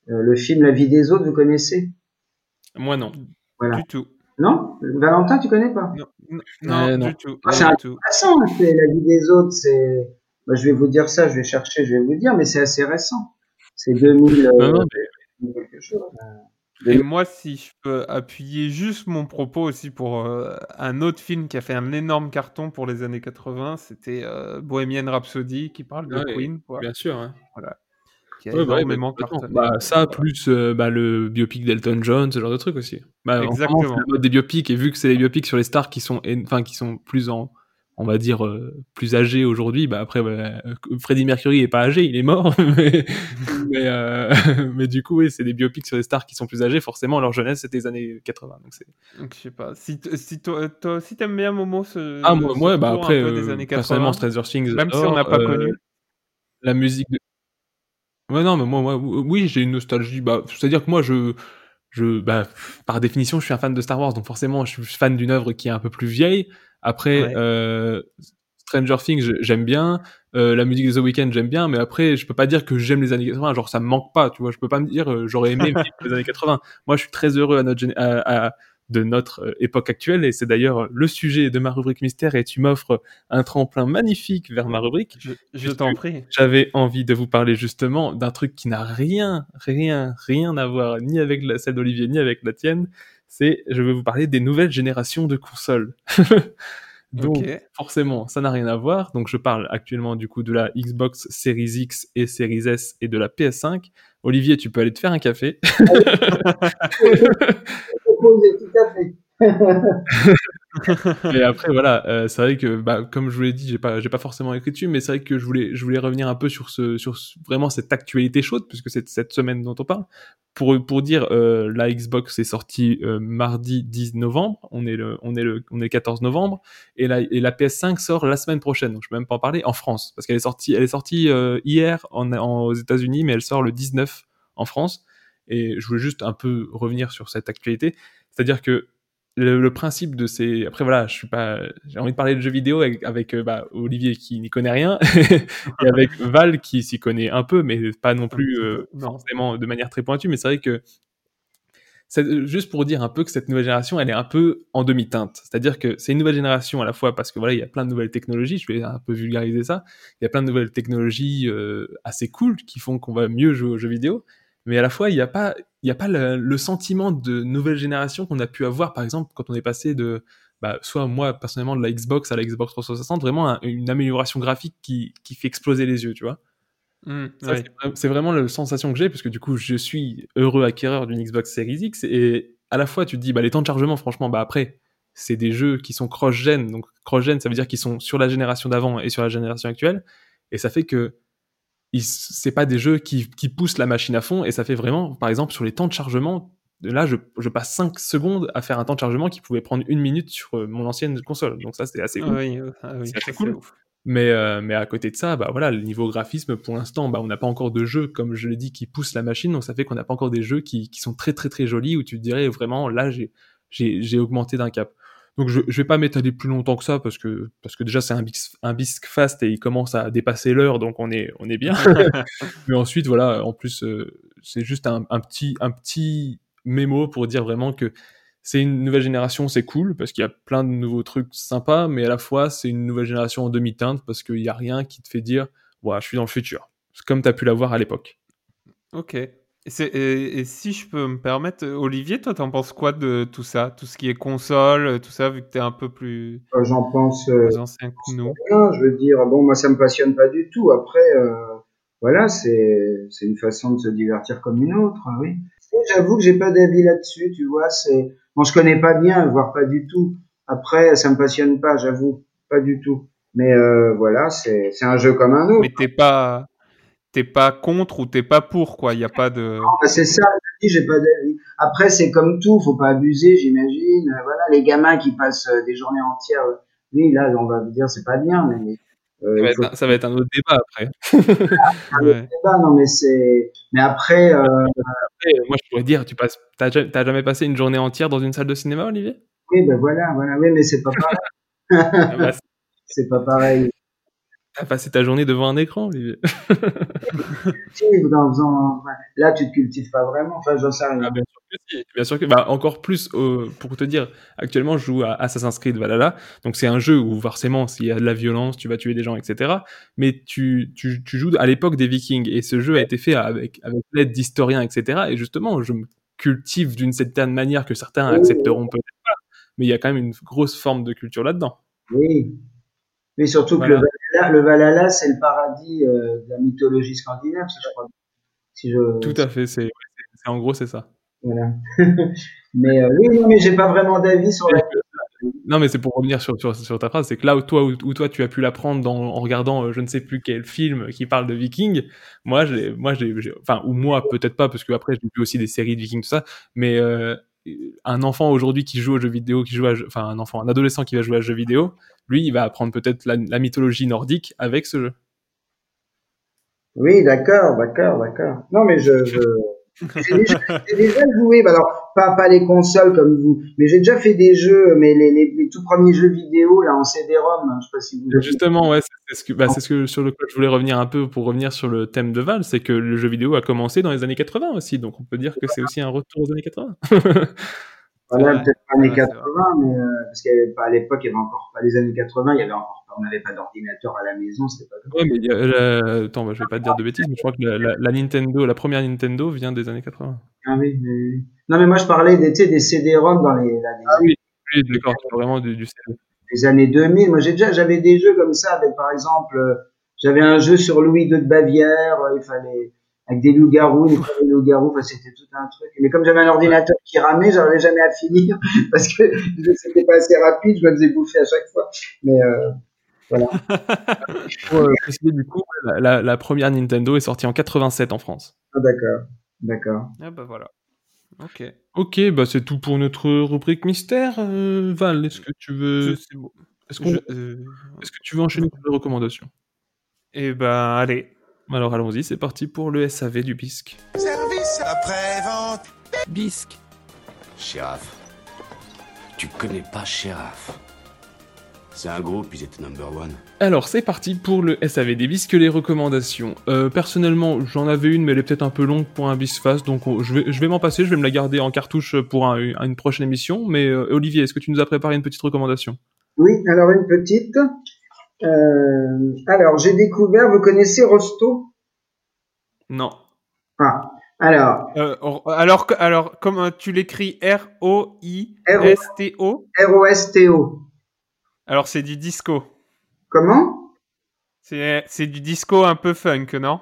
Euh, le film La vie des autres, vous connaissez? Moi, non. Voilà. Du tout. Non? Valentin, tu connais pas? Non, non, non, Euh, non. du tout. Ah, Pas c'est du tout. intéressant, hein, c'est La vie des autres, c'est, bah, je vais vous dire ça, je vais chercher, je vais vous dire, mais c'est assez récent. C'est deux mille, Non, euh, non, mais quelque chose. Et moi, si je peux appuyer juste mon propos aussi pour euh, un autre film qui a fait un énorme carton pour les années quatre-vingts, c'était euh, Bohemian Rhapsody qui parle de ouais, Queen, quoi. bien sûr. Hein. Voilà. Qui a Ouais, bah, ouais, bah, énormément complètement. cartonné. Bah, donc, ça, voilà. plus euh, bah, le biopic d'Elton John, ce genre de truc aussi. Bah, en ce moment, c'est Exactement. la mode des biopics, et vu que c'est les biopics sur les stars qui sont, en- enfin, qui sont plus en, on va dire, euh, plus âgés aujourd'hui, bah après, bah, euh, Freddie Mercury est pas âgé, il est mort, mais, mais, euh, mais du coup, oui, c'est des biopics sur des stars qui sont plus âgées, forcément, leur jeunesse, c'était les années quatre-vingts. Donc c'est... Donc, je sais pas. Si, t- si toi, toi aussi t'aimes bien Momo ce, Ah, moi, ce moi, bah retour après, un peu des euh, années personnellement, quatre-vingts, Stranger Things, même si on n'a j'adore. pas Euh, connu. la musique de... Ouais, non, mais moi, moi, oui, j'ai une nostalgie. Bah, c'est-à-dire que moi, je, je, bah, par définition, je suis un fan de Star Wars, donc forcément, je suis fan d'une œuvre qui est un peu plus vieille. Après, Ouais. euh, Stranger Things, je- j'aime bien. Euh, la musique de The Weeknd, j'aime bien. Mais après, je peux pas dire que j'aime les années quatre-vingts. Genre, ça me manque pas, tu vois. Je peux pas me dire, euh, j'aurais aimé vivre les années quatre-vingts. Moi, je suis très heureux à notre, géné- à, à- de notre euh, époque actuelle. Et c'est d'ailleurs le sujet de ma rubrique mystère. Et tu m'offres un tremplin magnifique vers ma rubrique. Je, je Puisque t'en prie. j'avais envie de vous parler justement d'un truc qui n'a rien, rien, rien à voir ni avec la, celle d'Olivier ni avec la tienne. C'est, je vais vous parler des nouvelles générations de consoles. Donc, Ok. forcément, ça n'a rien à voir. Donc, je parle actuellement du coup de la Xbox Series X et Series S et de la P S cinq. Olivier, tu peux aller te faire un café. Proposé, tout à fait. Et après, voilà, euh, c'est vrai que, bah, comme je vous l'ai dit, j'ai pas, j'ai pas forcément écrit dessus, mais c'est vrai que je voulais, je voulais revenir un peu sur ce, sur ce- vraiment cette actualité chaude, puisque c'est cette semaine dont on parle. Pour, pour dire, euh, la Xbox est sortie euh, mardi dix novembre, on est le, on est le, on est le quatorze novembre, et la, et la P S cinq sort la semaine prochaine, donc je peux même pas en parler, en France, parce qu'elle est sortie, elle est sortie euh, hier en, en, aux États-Unis, mais elle sort le dix-neuf en France. Et je voulais juste un peu revenir sur cette actualité, c'est-à-dire que le, le principe de ces, après voilà, je suis pas, j'ai envie de parler de jeux vidéo avec, avec euh, bah, Olivier qui n'y connaît rien et avec Val qui s'y connaît un peu, mais pas non Un plus petit euh, peu, non. forcément de manière très pointue. Mais c'est vrai que c'est juste pour dire un peu que cette nouvelle génération, elle est un peu en demi-teinte. C'est-à-dire que c'est une nouvelle génération à la fois parce que voilà, il y a plein de nouvelles technologies. Je vais un peu vulgariser ça. Il y a plein de nouvelles technologies euh, assez cool qui font qu'on va mieux jouer aux jeux vidéo. Mais à la fois, il n'y a pas, il y a pas le, le sentiment de nouvelle génération qu'on a pu avoir, par exemple, quand on est passé de, bah, soit moi personnellement de la Xbox à la Xbox trois cent soixante, vraiment un- une amélioration graphique qui, qui fait exploser les yeux, tu vois. Mm, Ça, oui. c'est vra- c'est vraiment la sensation que j'ai, parce que du coup, je suis heureux acquéreur d'une Xbox Series X, et à la fois, tu te dis, bah, les temps de chargement, franchement, bah, après, c'est des jeux qui sont cross-gen, donc cross-gen, ça veut dire qu'ils sont sur la génération d'avant et sur la génération actuelle, et ça fait que ils- c'est pas des jeux qui, qui poussent la machine à fond, et ça fait vraiment, par exemple, sur les temps de chargement, là, je, je passe cinq secondes à faire un temps de chargement qui pouvait prendre une minute sur euh, mon ancienne console, donc ça, c'est assez Ah ouf. oui, euh, ah oui, C'est assez ça, cool. c'est ouf. Mais, euh, mais à côté de ça, bah voilà, le niveau graphisme, pour l'instant, bah, on n'a pas encore de jeux, comme je l'ai dit, qui poussent la machine, donc ça fait qu'on n'a pas encore des jeux qui, qui sont très très très jolis, où tu te dirais vraiment, là, j'ai, j'ai, j'ai augmenté d'un cap. Donc je, je vais pas m'étaler plus longtemps que ça, parce que, parce que déjà c'est un, bis, un bisque fast et il commence à dépasser l'heure, donc on est, on est bien. Mais ensuite, voilà, en plus, euh, c'est juste un, un, petit, un petit mémo pour dire vraiment que c'est une nouvelle génération, c'est cool, parce qu'il y a plein de nouveaux trucs sympas, mais à la fois, c'est une nouvelle génération en demi-teinte, parce qu'il n'y a rien qui te fait dire, ouais, je suis dans le futur. C'est comme tu as pu l'avoir à l'époque. Ok. Et, c'est- et- et si je peux me permettre, euh, Olivier, toi, t'en penses quoi de tout ça? Tout ce qui est console, euh, tout ça, vu que t'es un peu plus, Euh, J'en pense, euh, plus ancien que nous. rien. Je veux dire, bon, moi, ça me passionne pas du tout. Après, euh, voilà, c'est c'est une façon de se divertir comme une autre, hein, oui. Et j'avoue que j'ai pas d'avis là-dessus, tu vois. C'est, bon, je connais pas bien, voire pas du tout. Après, ça me passionne pas, j'avoue, pas du tout. Mais euh, voilà, c'est c'est un jeu comme un autre. Mais t'es pas, t'es pas contre ou t'es pas pour, quoi. Il n'y a pas de... Bah, c'est ça, je dis, j'ai pas d'avis. Après, c'est comme tout, faut pas abuser, j'imagine. Euh, Voilà, les gamins qui passent euh, des journées entières, euh, oui, là, on va dire, c'est pas bien, mais euh, Ça va, il être faut un, ça va être un autre débat après. un autre Ouais. débat, non, mais c'est, mais après, euh, Après, moi, je pourrais dire, tu passes, t'as, ja- t'as jamais passé une journée entière dans une salle de cinéma, Olivier? oui, ben voilà, voilà, oui, mais c'est pas pareil. Ah bah, c'est- C'est pas pareil. T'as passé ta journée devant un écran, Olivier. En faisant... Là, tu te cultives pas vraiment. Enfin, j'en sais rien. Ah, bien sûr que si. Bien sûr que, bah, encore plus, euh, pour te dire, actuellement, je joue à Assassin's Creed Valhalla. Donc, c'est un jeu où, forcément, s'il y a de la violence, tu vas tuer des gens, et cetera. Mais tu, tu, tu joues à l'époque des Vikings. Et ce jeu a été fait avec, avec l'aide d'historiens, et cetera. Et justement, je me cultive d'une certaine manière que certains Oui, accepteront peut-être pas. Mais il y a quand même une grosse forme de culture là-dedans. oui. Mais surtout Voilà. que le Valhalla, le Valhalla, c'est le paradis euh, de la mythologie scandinave, si je crois. Si je, Tout à fait. C'est, c'est, c'est- en gros, c'est ça. Voilà. mais euh, oui, non, mais j'ai pas vraiment d'avis sur la. Non, mais c'est pour revenir sur, sur, sur ta phrase, c'est que là où toi, où, où toi tu as pu l'apprendre dans, en regardant euh, je ne sais plus quel film qui parle de Vikings, moi, j'ai, moi, j'ai, j'ai- enfin, ou moi, peut-être pas, parce que après, j'ai vu aussi des séries de Vikings, tout ça, mais euh, un enfant aujourd'hui qui joue aux jeux vidéo, qui joue à, jeu- enfin, un enfant, un adolescent qui va jouer à jeux vidéo, lui, il va apprendre peut-être la, la mythologie nordique avec ce jeu. Oui, d'accord, d'accord, d'accord. Non, mais je, je... j'ai, déjà, j'ai déjà joué. Bah alors, pas pas les consoles comme vous, mais j'ai déjà fait des jeux, mais les, les, les tout premiers jeux vidéo là en C D-ROM. Hein, je sais pas si vous avez. Justement, ouais, c'est, c'est ce que, bah, c'est ce que sur lequel je voulais revenir un peu pour revenir sur le thème de Val, c'est que le jeu vidéo a commencé dans les années quatre-vingts aussi, donc on peut dire que c'est aussi un retour aux années quatre-vingts. C'est Voilà, vrai, peut-être pas c'est années vrai, c'est vrai. quatre-vingts, mais euh, parce qu'à à l'époque, il y avait encore pas les années quatre-vingts, il y avait encore, on n'avait pas d'ordinateur à la maison, c'était pas comme Ouais, mais il y a, la- attends, bah, je vais pas te dire de bêtises, mais je crois que la, la- la Nintendo, la première Nintendo vient des années quatre-vingts. Ah oui, mais oui. Non, mais moi je parlais des, tu sais, des C D-ROM dans les, là, Ah des, oui, oui, d'accord, c'est vraiment du, du C D. des années deux mille. Moi j'ai déjà, j'avais des jeux comme ça avec par exemple, euh, j'avais un jeu sur Louis deux de Bavière, euh, il fallait avec des loups-garous, il fallait des loups-garous, enfin c'était tout un truc. Mais comme j'avais un ordinateur qui ramait, j'arrivais jamais à finir parce que c'était pas assez rapide, je me faisais bouffer à chaque fois. Mais euh, voilà. Pour euh, préciser, du coup, la, la, la première Nintendo est sortie en quatre-vingt-sept en France. Ah, d'accord, d'accord. Ah bah voilà. Ok. Ok, bah c'est tout pour notre rubrique mystère. Euh, Val, est-ce que tu veux, Je, c'est bon. est-ce qu'on, Je, euh, est-ce que tu veux enchaîner sur les recommandations? Eh ben, allez. Alors allons-y, c'est parti pour le S A V du Bisque. Service après-vente. Bisque. Sheriff. Tu connais pas Sheriff. C'est un groupe, ils étaient number one. Alors c'est parti pour le S A V des Bisques, les recommandations. Euh, personnellement, j'en avais une, mais elle est peut-être un peu longue pour un Bisfast, donc oh, je vais, je vais m'en passer, je vais me la garder en cartouche pour un, une prochaine émission. Mais euh, Olivier, est-ce que tu nous as préparé une petite recommandation? Oui, alors une petite. Euh, alors j'ai découvert, vous connaissez Rosto? Non. Ah, alors Euh, alors, que- alors, comment tu l'écris R O I S T O R O S T O. Alors, c'est du disco. Comment? C'est, c'est du disco un peu funk, non?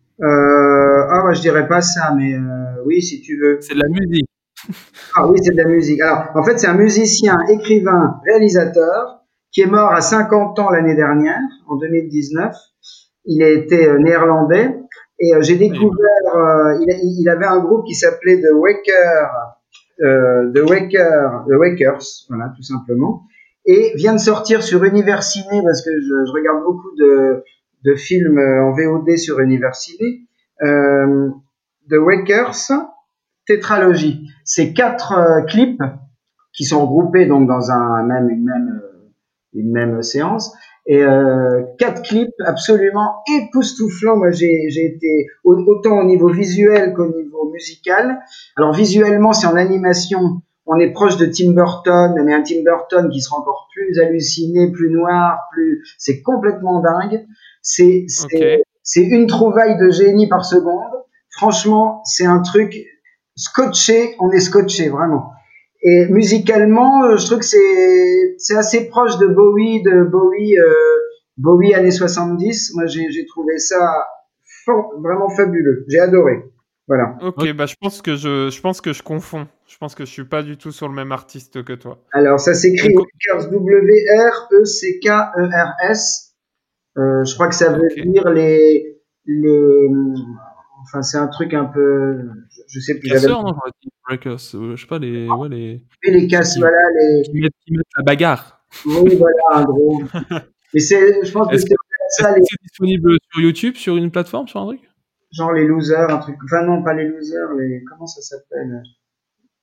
euh, Ah, moi je dirais pas ça, mais euh, oui, si tu veux. C'est de la musique. Ah oui, c'est de la musique. Alors, en fait, c'est un musicien, écrivain, réalisateur qui est mort à cinquante ans l'année dernière, en deux mille dix-neuf. Il a été euh, néerlandais et euh, j'ai découvert. Euh, il, a- il avait un groupe qui s'appelait The Waker, euh, The Waker, The Wakers, voilà, tout simplement. Et vient de sortir sur Universiné parce que je, je regarde beaucoup de, de films en V O D sur Universiné. Euh, The Wakers, tétralogie. C'est quatre euh, clips qui sont groupés donc dans un même une même euh, une même séance et euh, quatre clips absolument époustouflants. Moi j'ai j'ai été autant au niveau visuel qu'au niveau musical. Alors visuellement c'est en animation, on est proche de Tim Burton, mais un Tim Burton qui sera encore plus halluciné, plus noir, plus c'est complètement dingue. C'est c'est Ok. c'est une trouvaille de génie par seconde. Franchement, c'est un truc scotché, on est scotché vraiment. Et musicalement, euh, je trouve que c'est c'est assez proche de Bowie, de Bowie, euh, Bowie années soixante-dix. Moi, j'ai j'ai trouvé ça fa- vraiment fabuleux. J'ai adoré. Voilà. Ok, bah je pense que je, je pense que je confonds. Je pense que je suis pas du tout sur le même artiste que toi. Alors, ça s'écrit Donc- Wakers, W R E C K E R S. Euh, je crois que ça veut Ok. dire les les. Enfin, c'est un truc un peu. Je, je sais plus. j'avais- Casseurs, non, j'aurais dit Breakers, euh, je sais pas, les, ouais, les, Les casses, qui- voilà les. qui mettent, qui mettent la bagarre. Oui, voilà, en gros. Mais c'est, je pense que Est-ce c'est que, ça est-ce les. que c'est disponible sur YouTube, sur une plateforme, sur un truc? Genre les losers, un truc. Enfin non, pas les losers, les. Comment ça s'appelle?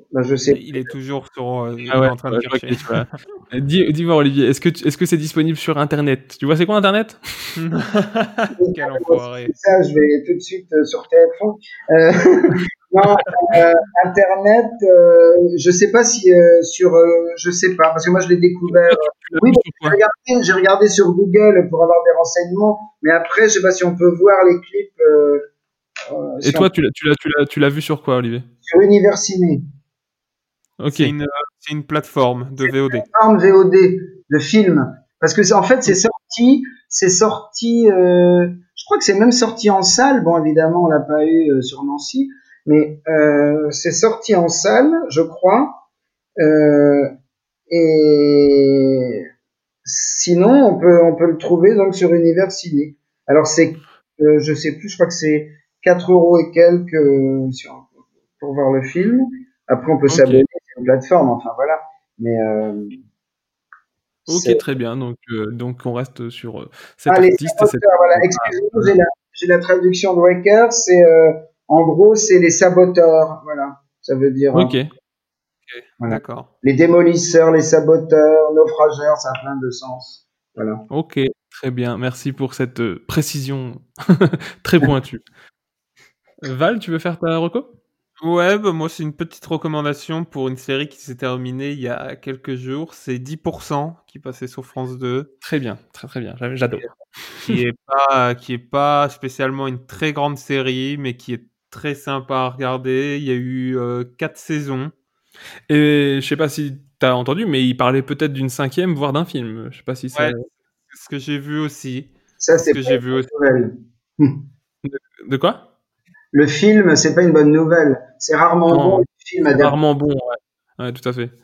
Bah, je sais. Il est toujours sur. Euh, Ah ouais, en train de ouais, je vois chercher. que tu vas- Dis, dis-moi Olivier, est-ce que tu- est-ce que c'est disponible sur Internet? Tu vois c'est quoi Internet? Quel enfoiré. Ça, je vais tout de suite euh, sur T F un. Euh, non, euh, Internet, euh, je sais pas si euh, sur, euh, je sais pas, parce que moi je l'ai découvert. Toi, tu- tu l'as Oui, vu parce sur que quoi? j'ai regardé, j'ai regardé sur Google pour avoir des renseignements, mais après, je sais pas si on peut voir les clips euh, euh, Et si on- toi, tu l'as, tu l'as, tu l'as, tu l'as vu sur quoi, Olivier? sur Univers Ciné. Ok. C'est une, euh, c'est une plateforme de V O D. Plateforme V O D de films, parce que c'est en fait c'est sorti, c'est sorti, euh, je crois que c'est même sorti en salle. Bon, évidemment, on l'a pas eu euh, sur Nancy, mais euh, c'est sorti en salle, je crois. Euh, et sinon, on peut on peut le trouver donc sur Univers Ciné. Alors c'est, euh, je sais plus, je crois que c'est quatre euros et quelques euh, sur- pour voir le film. Après, on peut Ok. s'abonner sur une plateforme. Enfin voilà, mais euh, Ok, c'est très bien. Donc, euh, donc on reste sur euh, cet ah, les artiste et cette. saboteurs, voilà. Excusez-moi, j'ai la, j'ai la traduction de Waker. C'est, euh, en gros, c'est les saboteurs. Voilà. Ça veut dire, Ok. hein, Ok, voilà. d'accord. Les démolisseurs, les saboteurs, naufrageurs, ça a plein de sens. Voilà. Ok, très bien. Merci pour cette euh, précision très pointue. Val, tu veux faire ta reco? Ouais, bah moi c'est une petite recommandation pour une série qui s'est terminée il y a quelques jours. C'est dix pour cent qui passait sur France deux. Très bien, très très bien. J'a- J'adore. Qui est pas, qui est pas spécialement une très grande série, mais qui est très sympa à regarder. Il y a eu euh, quatre saisons. Et je sais pas si t'as entendu, mais il parlait peut-être d'une cinquième, voire d'un film. Je sais pas si ça. Ouais, c'est ce que j'ai vu aussi. Ça, C'est ce c'est que pas j'ai une vu bonne aussi. nouvelle. Hum. De, de quoi? Le film, c'est pas une bonne nouvelle. C'est rarement bon, Non, le film c'est adapté. rarement bon. Ouais, ouais, tout à fait.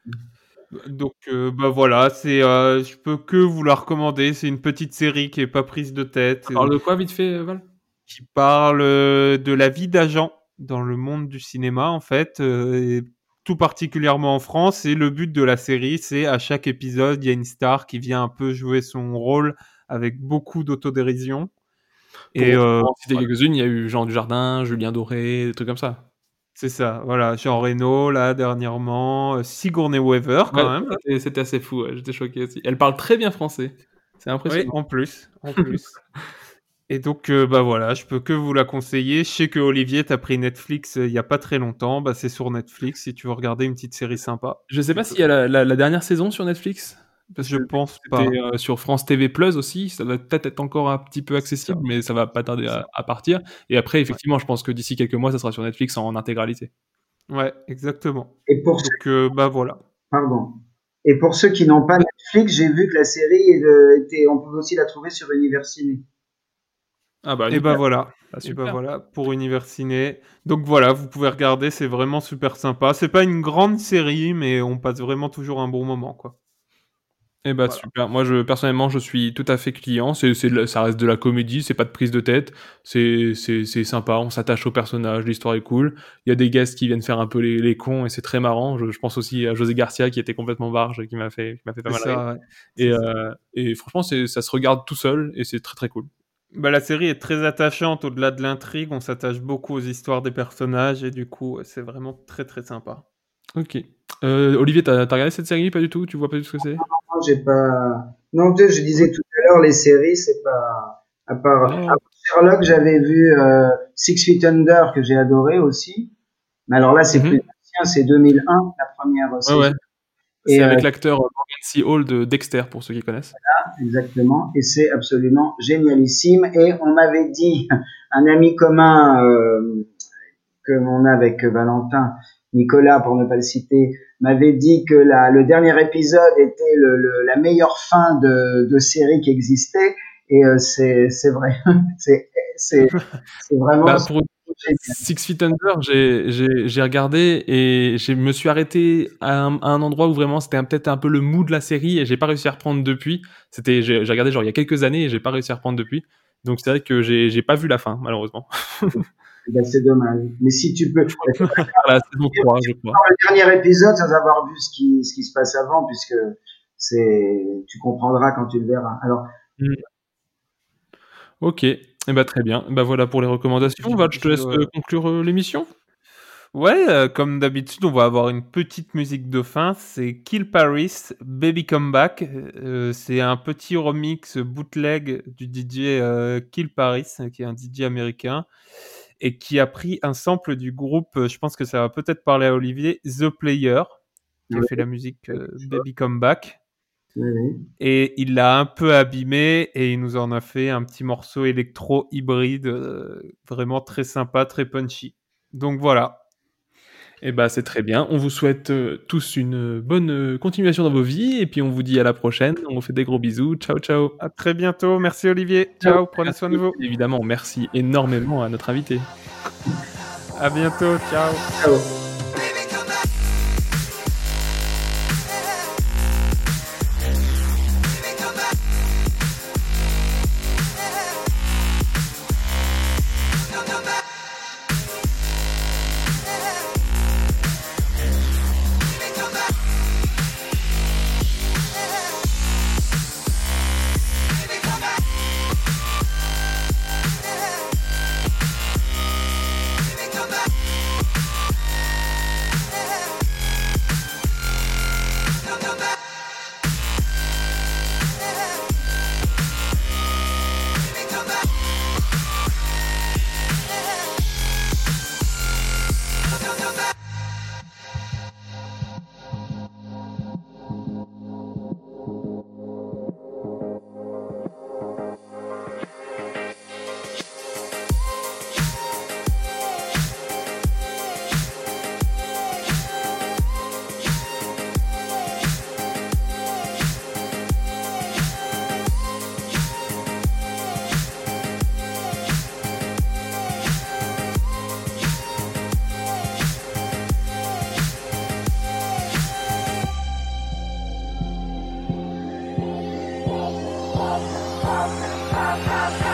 Donc euh, bah voilà, c'est, euh, je peux que vous la recommander. C'est une petite série qui est pas prise de tête, Ça euh, parle de quoi vite fait, Val? qui parle euh, de la vie d'agent dans le monde du cinéma en fait, euh, et tout particulièrement en France. Et le but de la série, c'est à chaque épisode, il y a une star qui vient un peu jouer son rôle avec beaucoup d'autodérision. Et Pour, euh, pour en citer voilà, quelques-unes, il y a eu Jean Dujardin, Julien Doré, des trucs comme ça. c'est ça. Voilà, Jean Reno là dernièrement, euh, Sigourney Weaver Ouais, quand même. c'était, c'était assez fou, ouais, j'étais choqué aussi. Elle parle très bien français. C'est Oui, impressionnant. en plus, en plus. Et donc, euh, bah voilà, je peux que vous la conseiller. Je sais que Olivier, t'as pris Netflix euh, il y a pas très longtemps. Bah, c'est sur Netflix si tu veux regarder une petite série sympa. Je sais Tu pas peux. s'il y a la, la- la dernière saison sur Netflix. Parce Je que pense c'était pas. euh, sur France T V Plus aussi. Ça doit peut-être être encore un petit peu C'est ça. accessible, mais ça va pas tarder C'est à, ça. à partir. Et après, Ouais. effectivement, je pense que d'ici quelques mois, ça sera sur Netflix en intégralité. Ouais, exactement. Et pour ceux, Donc, euh, bah voilà. pardon. Et pour ceux qui n'ont pas Netflix, j'ai vu que la série est de- était, on peut aussi la trouver sur Univers Ciné. Ah bah Et bah nickel. voilà. Ah, Et bah super. voilà pour Univers Ciné. Donc voilà, vous pouvez regarder, c'est vraiment super sympa. C'est pas une grande série, mais on passe vraiment toujours un bon moment, quoi. Eh bah Voilà. super. Moi, je personnellement, je suis tout à fait client. C'est, c'est de la- ça reste de la comédie, c'est pas de prise de tête. C'est, c'est, c'est sympa. On s'attache au personnage, l'histoire est cool. Il y a des guests qui viennent faire un peu les, les cons et c'est très marrant. Je, je pense aussi à José Garcia qui était complètement barge et qui m'a fait, qui m'a fait pas C'est mal rire. ça, ouais. Et, C'est ça. euh, et franchement, c'est, ça se regarde tout seul et c'est très très cool. Bah, la série est très attachante au-delà de l'intrigue, on s'attache beaucoup aux histoires des personnages et du coup, c'est vraiment très très sympa. Ok. Euh, Olivier, t'as, t'as regardé cette série? Pas du tout? Tu vois pas du tout ce que c'est? Non, j'ai pas. Non, tu sais, je disais tout à l'heure, les séries, c'est pas. À part, à Non. part Sherlock, j'avais vu euh, Six Feet Under que j'ai adoré aussi. Mais alors là, c'est Mhm. plus ancien, c'est deux mille un la première Ouais, saison. ouais. Et C'est euh, avec l'acteur Morgan C. Hall de Dexter, pour ceux qui connaissent. exactement. Et c'est absolument génialissime. Et on m'avait dit, un ami commun euh, que l'on a avec Valentin, Nicolas pour ne pas le citer, m'avait dit que la, le dernier épisode était le, le, la meilleure fin de, de série qui existait. Et euh, c'est, c'est vrai. c'est, c'est, c'est vraiment Bah, pour génial. Six Feet Under, j'ai, j'ai, j'ai regardé et je me suis arrêté à un, à un endroit où vraiment c'était un- peut-être un peu le mood de la série et j'ai pas réussi à reprendre depuis. C'était, j'ai, j'ai regardé genre il y a quelques années et j'ai pas réussi à reprendre depuis. Donc c'est vrai que j'ai, j'ai pas vu la fin, malheureusement. Ben, c'est dommage. Mais si tu peux, Je crois que c'est à la saison trois, je crois. le dernier épisode sans avoir vu ce qui, ce qui se passe avant, puisque c'est, tu comprendras quand tu le verras. Alors, Mm. Ok, et bah très bien. Bah voilà pour les recommandations. Je- Val, je te je- laisse euh, conclure euh, l'émission. Ouais, euh, comme d'habitude, on va avoir une petite musique de fin. C'est Kill Paris, Baby Come Back. Euh, c'est un petit remix bootleg du D J euh, Kill Paris, qui est un D J américain, et qui a pris un sample du groupe, euh, je pense que ça va peut-être parler à Olivier, The Player, qui a Ouais. fait la musique euh, Baby Come Back. Oui, oui. Et il l'a un peu abîmé et il nous en a fait un petit morceau électro hybride, euh, vraiment très sympa, très punchy. Donc voilà. Et bah c'est très bien. On vous souhaite euh, tous une bonne euh, continuation dans vos vies et puis on vous dit à la prochaine. On vous fait des gros bisous. Ciao ciao. À très bientôt. Merci Olivier. Ciao. Prenez Merci, soin de vous. Évidemment, merci énormément à notre invité. À bientôt. Ciao. Ciao. Bye.